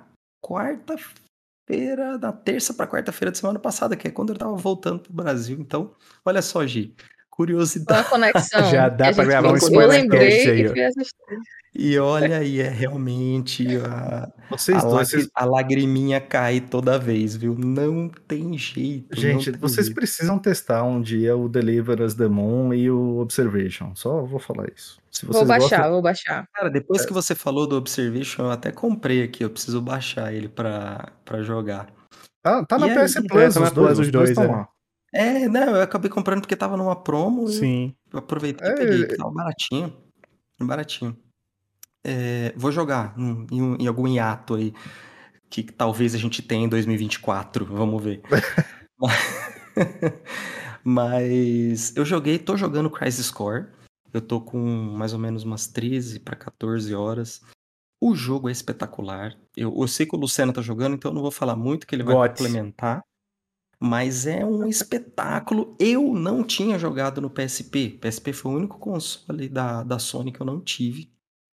quarta-feira, na terça para quarta-feira de semana passada, que é quando eu tava voltando pro Brasil. Então, olha só, Gi. Curiosidade. Uma conexão. Já dá que a pra gente gravar um ficou. spoiler Eu cast lembrei aí, e ó. fui assistir. E olha aí, é realmente a, Vocês a, dois, lagri- vocês- a lagriminha cai toda vez, viu? Não tem jeito. não gente, tem vocês jeito. precisam testar um dia o Deliver Us the Moon e o Observation. Só vou falar isso. Se Vou vocês baixar, gostam, vou baixar. Cara, depois É. que você falou do Observation, eu até comprei aqui. Eu preciso baixar ele pra, pra jogar. tá, tá na E P S aí? Plus, É, tá na os dois, Plus, os os dois dois, estão é. lá. É, não, eu acabei comprando porque tava numa promo. Eu Sim. aproveitei É, e peguei, que tava baratinho. Baratinho. É, vou jogar em, em um- em algum hiato aí, que talvez a gente tenha em dois mil e vinte e quatro. Vamos ver. Mas eu joguei, tô jogando Crisis Core. Eu tô com mais ou menos umas treze para quatorze horas. O jogo é espetacular. Eu, eu sei que o Luciano tá jogando, então eu não vou falar muito, que ele vai G O T. complementar. Mas é um espetáculo. Eu não tinha jogado no P S P. P S P foi o único console da, da Sony que eu não tive.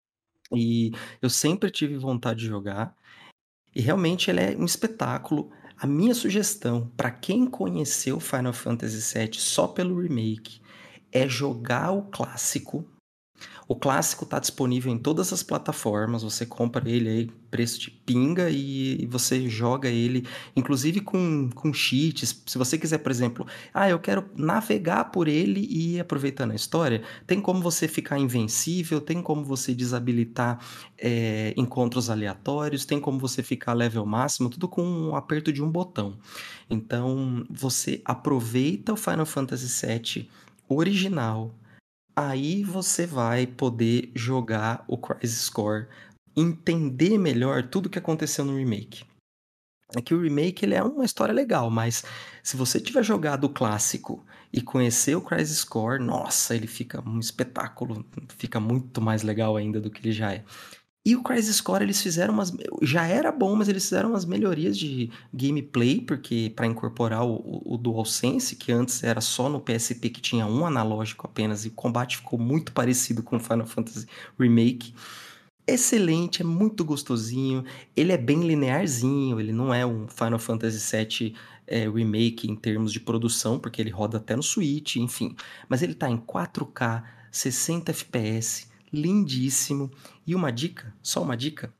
E eu sempre tive vontade de jogar. E realmente ele é um espetáculo. A minha sugestão para quem conheceu Final Fantasy sete só pelo remake é jogar o clássico. O clássico está disponível em todas as plataformas, você compra ele aí, preço de pinga, e você joga ele, inclusive com, com cheats. Se você quiser, por exemplo, ah, eu quero navegar por ele e ir aproveitando a história, tem como você ficar invencível, tem como você desabilitar é, encontros aleatórios, tem como você ficar level máximo, tudo com um aperto de um botão. Então, você aproveita o Final Fantasy sete original. Aí você vai poder jogar o Crisis Core, entender melhor tudo que aconteceu no remake. É que o remake ele é uma história legal, mas se você tiver jogado o clássico e conhecer o Crisis Core, nossa, ele fica um espetáculo, fica muito mais legal ainda do que ele já é. E o Crisis Core eles fizeram umas. Já era bom, mas eles fizeram umas melhorias de gameplay, porque para incorporar o, o, o DualSense, que antes era só no P S P que tinha um analógico apenas, e o combate ficou muito parecido com o Final Fantasy Remake. Excelente, é muito gostosinho. Ele é bem linearzinho, ele não é um Final Fantasy sete é, Remake em termos de produção, porque ele roda até no Switch, enfim. Mas ele tá em quatro K, sessenta F P S, lindíssimo. E uma dica, só uma dica,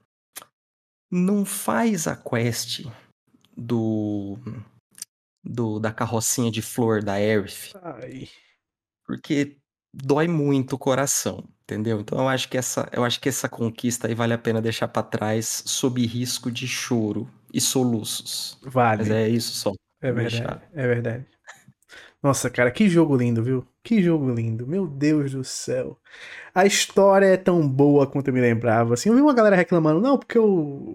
não faz a quest do, do da carrocinha de flor da Aerith, Ai. porque dói muito o coração, entendeu? Então eu acho que essa, eu acho que essa conquista aí vale a pena deixar pra trás sob risco de choro e soluços. Mas Vale. é isso só. É Vou verdade. deixar. É verdade. Nossa, cara, que jogo lindo, viu? Que jogo lindo. Meu Deus do céu. A história é tão boa quanto eu me lembrava. Assim, eu vi uma galera reclamando, não, porque o,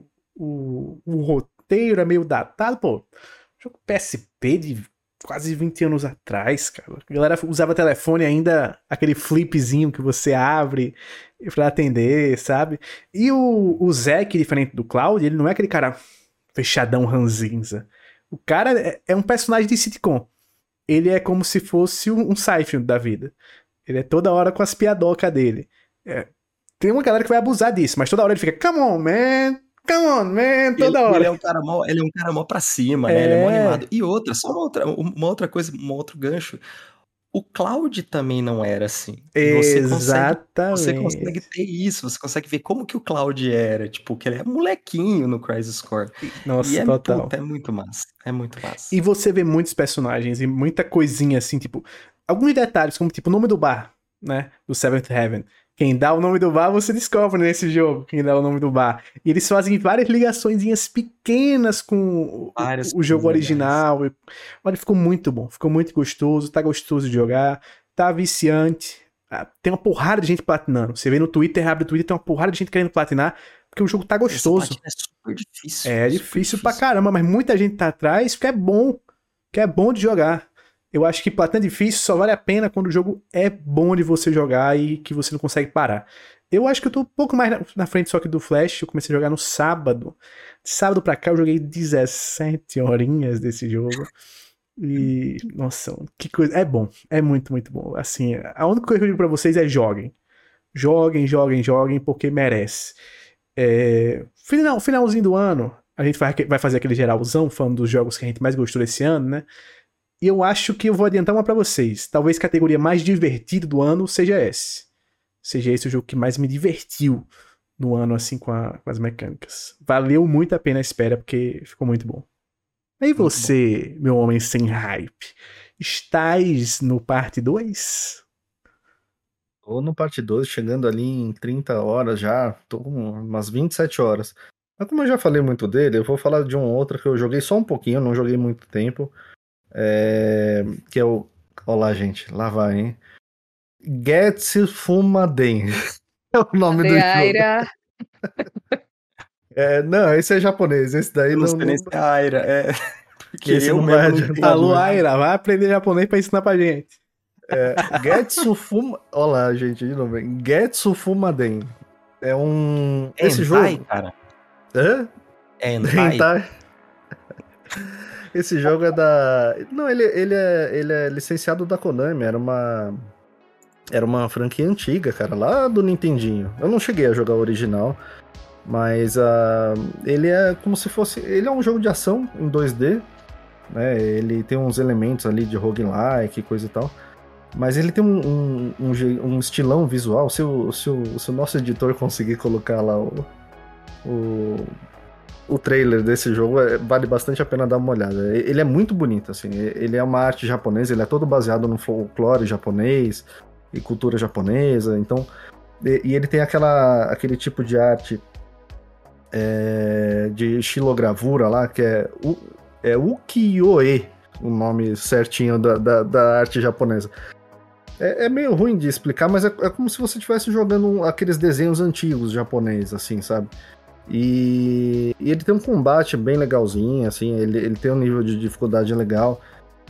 o, o roteiro é meio datado. Pô, jogo P S P de quase vinte anos atrás, cara. A galera usava telefone ainda, aquele flipzinho que você abre pra atender, sabe? E o, o Zack, diferente do Cloud, ele não é aquele cara fechadão ranzinza. O cara é, é um personagem de sitcom. Ele é como se fosse um, um Seinfeld da vida. Ele é toda hora com as piadocas dele. É, tem uma galera que vai abusar disso, mas toda hora ele fica, come on, man, come on, man, E ele, toda e ele é hora. um cara mó, ele é um cara mó pra cima, né? Ele é mó animado. É, E outra, só uma outra, uma outra coisa, um outro gancho. O Cloud também não era assim. E você consegue, você consegue exatamente. ter isso, você consegue ver como que o Cloud era, tipo, que ele é molequinho no Crisis Core. E Nossa, é, total. puta, é muito massa. É muito E massa. você vê muitos personagens e muita coisinha assim, tipo, alguns detalhes, como tipo o nome do bar, né? Do Seventh Heaven. Quem dá o nome do bar, você descobre nesse jogo quem dá o nome do bar. E eles fazem várias ligaçõezinhas pequenas com o, Várias o, o jogo coisas legais. original. E, olha, ficou muito bom, ficou muito gostoso, tá gostoso de jogar, tá viciante. Ah, tem uma porrada de gente platinando. Você vê no Twitter, abre o Twitter, tem uma porrada de gente querendo platinar, porque o jogo tá Essa gostoso. platina é super difícil. É Super difícil pra difícil. caramba, mas muita gente tá atrás porque é bom. Que é bom de jogar. Eu acho que platina difícil só vale a pena quando o jogo é bom de você jogar e que você não consegue parar. Eu acho que eu tô um pouco mais na, na frente só que do Flash. Eu comecei a jogar no sábado. De sábado pra cá eu joguei dezessete horinhas desse jogo. E, nossa, que coisa. É bom. É muito, muito bom. Assim, a única coisa que eu digo pra vocês é joguem. Joguem, joguem, joguem, porque merece. É, final, finalzinho do ano, a gente vai, vai fazer aquele geralzão falando dos jogos que a gente mais gostou desse ano, né? E eu acho que eu vou adiantar uma pra vocês. Talvez a categoria mais divertida do ano seja esse. Seja esse o jogo que mais me divertiu no ano, assim, com, a, com as mecânicas. Valeu muito a pena a espera, porque ficou muito bom. E Muito bom. você, meu homem sem hype, estás no parte dois? Tô no parte doze, chegando ali em trinta horas já, tô com umas vinte e sete horas. Mas como eu já falei muito dele, eu vou falar de um outro que eu joguei só um pouquinho, não joguei muito tempo. É... Que é o... Olha lá, gente, lá vai, hein? Getsufumaden é o nome do jogo. Adeaira. É, não, esse é japonês, esse daí Eu não não, sei nem não, se é a Aira. É... Porque Esse eu não mesmo vai não adiantar. Alô, Aira, vai aprender japonês pra ensinar pra gente. É, Getsu Fuma... Olha lá, gente, de novo. hein? Getsu Fumaden. É um... É Esse hentai, jogo... cara? Hã? É hentai? Hentai. Esse jogo é da... Não, ele, ele, é, ele é licenciado da Konami. Era uma... Era uma franquia antiga, cara, lá do Nintendinho. Eu não cheguei a jogar o original, mas uh, ele é como se fosse... Ele é um jogo de ação em dois D, né? Ele tem uns elementos ali de roguelike e coisa e tal. Mas ele tem um, um, um, um estilão visual. Se o, se, o, se o nosso editor conseguir colocar lá o, o, o trailer desse jogo, é, vale bastante a pena dar uma olhada. Ele é muito bonito, assim. Ele é uma arte japonesa, ele é todo baseado no folclore japonês e cultura japonesa. Então, e, e ele tem aquela, aquele tipo de arte é, de xilogravura lá, que é, é ukiyo-e, o nome certinho da, da, da arte japonesa. É, é meio ruim de explicar, mas é, é como se você estivesse jogando aqueles desenhos antigos japoneses, assim, sabe? E, e ele tem um combate bem legalzinho, assim, ele, ele tem um nível de dificuldade legal.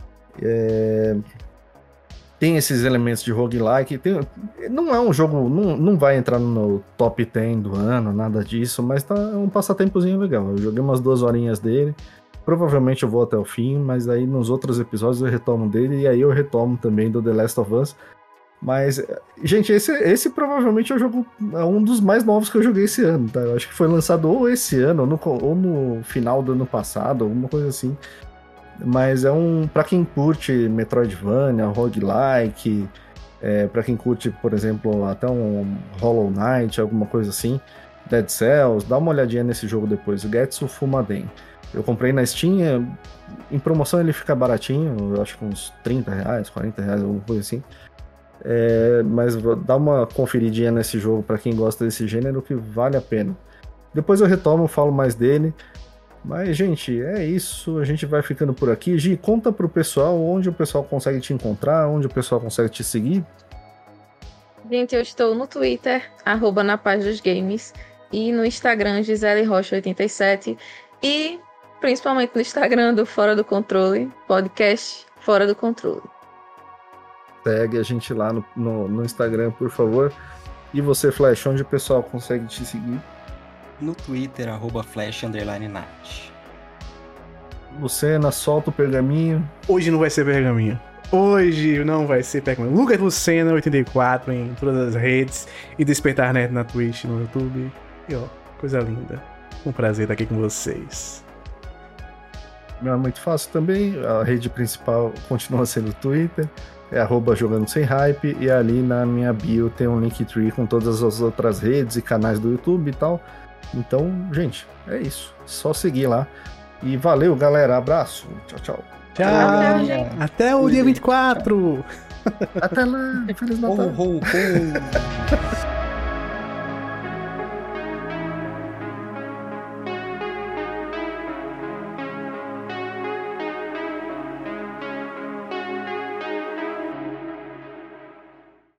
É, tem esses elementos de roguelike. Tem, não é um jogo, não, não vai entrar no top dez do ano, nada disso, mas tá é um passatempozinho legal. Eu joguei umas duas horinhas dele. Provavelmente eu vou até o fim, mas aí nos outros episódios eu retomo dele e aí eu retomo também do The Last of Us. Mas, gente, esse, esse provavelmente é o jogo, é um dos mais novos que eu joguei esse ano, tá? Eu acho que foi lançado ou esse ano, ou no, ou no final do ano passado, alguma coisa assim. Mas é um, pra quem curte Metroidvania, roguelike, é, pra quem curte, por exemplo, até um Hollow Knight, alguma coisa assim, Dead Cells, dá uma olhadinha nesse jogo depois, o Getsu Fumaden. Eu comprei na Steam, em promoção ele fica baratinho, eu acho que uns trinta reais, quarenta reais, alguma coisa assim. É, mas dá uma conferidinha nesse jogo pra quem gosta desse gênero que vale a pena. Depois eu retomo, falo mais dele. Mas, gente, é isso. A gente vai ficando por aqui. Gi, conta pro pessoal onde o pessoal consegue te encontrar, onde o pessoal consegue te seguir. Gente, eu estou no Twitter, arroba na paz dos games, e no Instagram, Gisele Rocha oitenta e sete, e principalmente no Instagram do Fora do Controle, podcast Fora do Controle. Segue a gente lá no, no, no Instagram, por favor. E você, Flash, onde o pessoal consegue te seguir? No Twitter, arroba flash underline night. Lucena, solta o pergaminho. Hoje não vai ser pergaminho. Hoje não vai ser pergaminho. Lucas Lucena, oitenta e quatro, em todas as redes. E Despertar Net na Twitch, no YouTube. E ó, coisa linda. Um prazer estar aqui com vocês. Não é muito fácil também. A rede principal continua sendo o Twitter. É arroba jogando sem hype. E ali na minha bio tem um Linktree com todas as outras redes e canais do YouTube e tal. Então, gente, é isso. Só seguir lá. E valeu, galera. Abraço. Tchau, tchau. Tchau. Tchau, gente. Até o dia vinte e quatro. Até lá. Feliz Natal. Ho, ho, ho.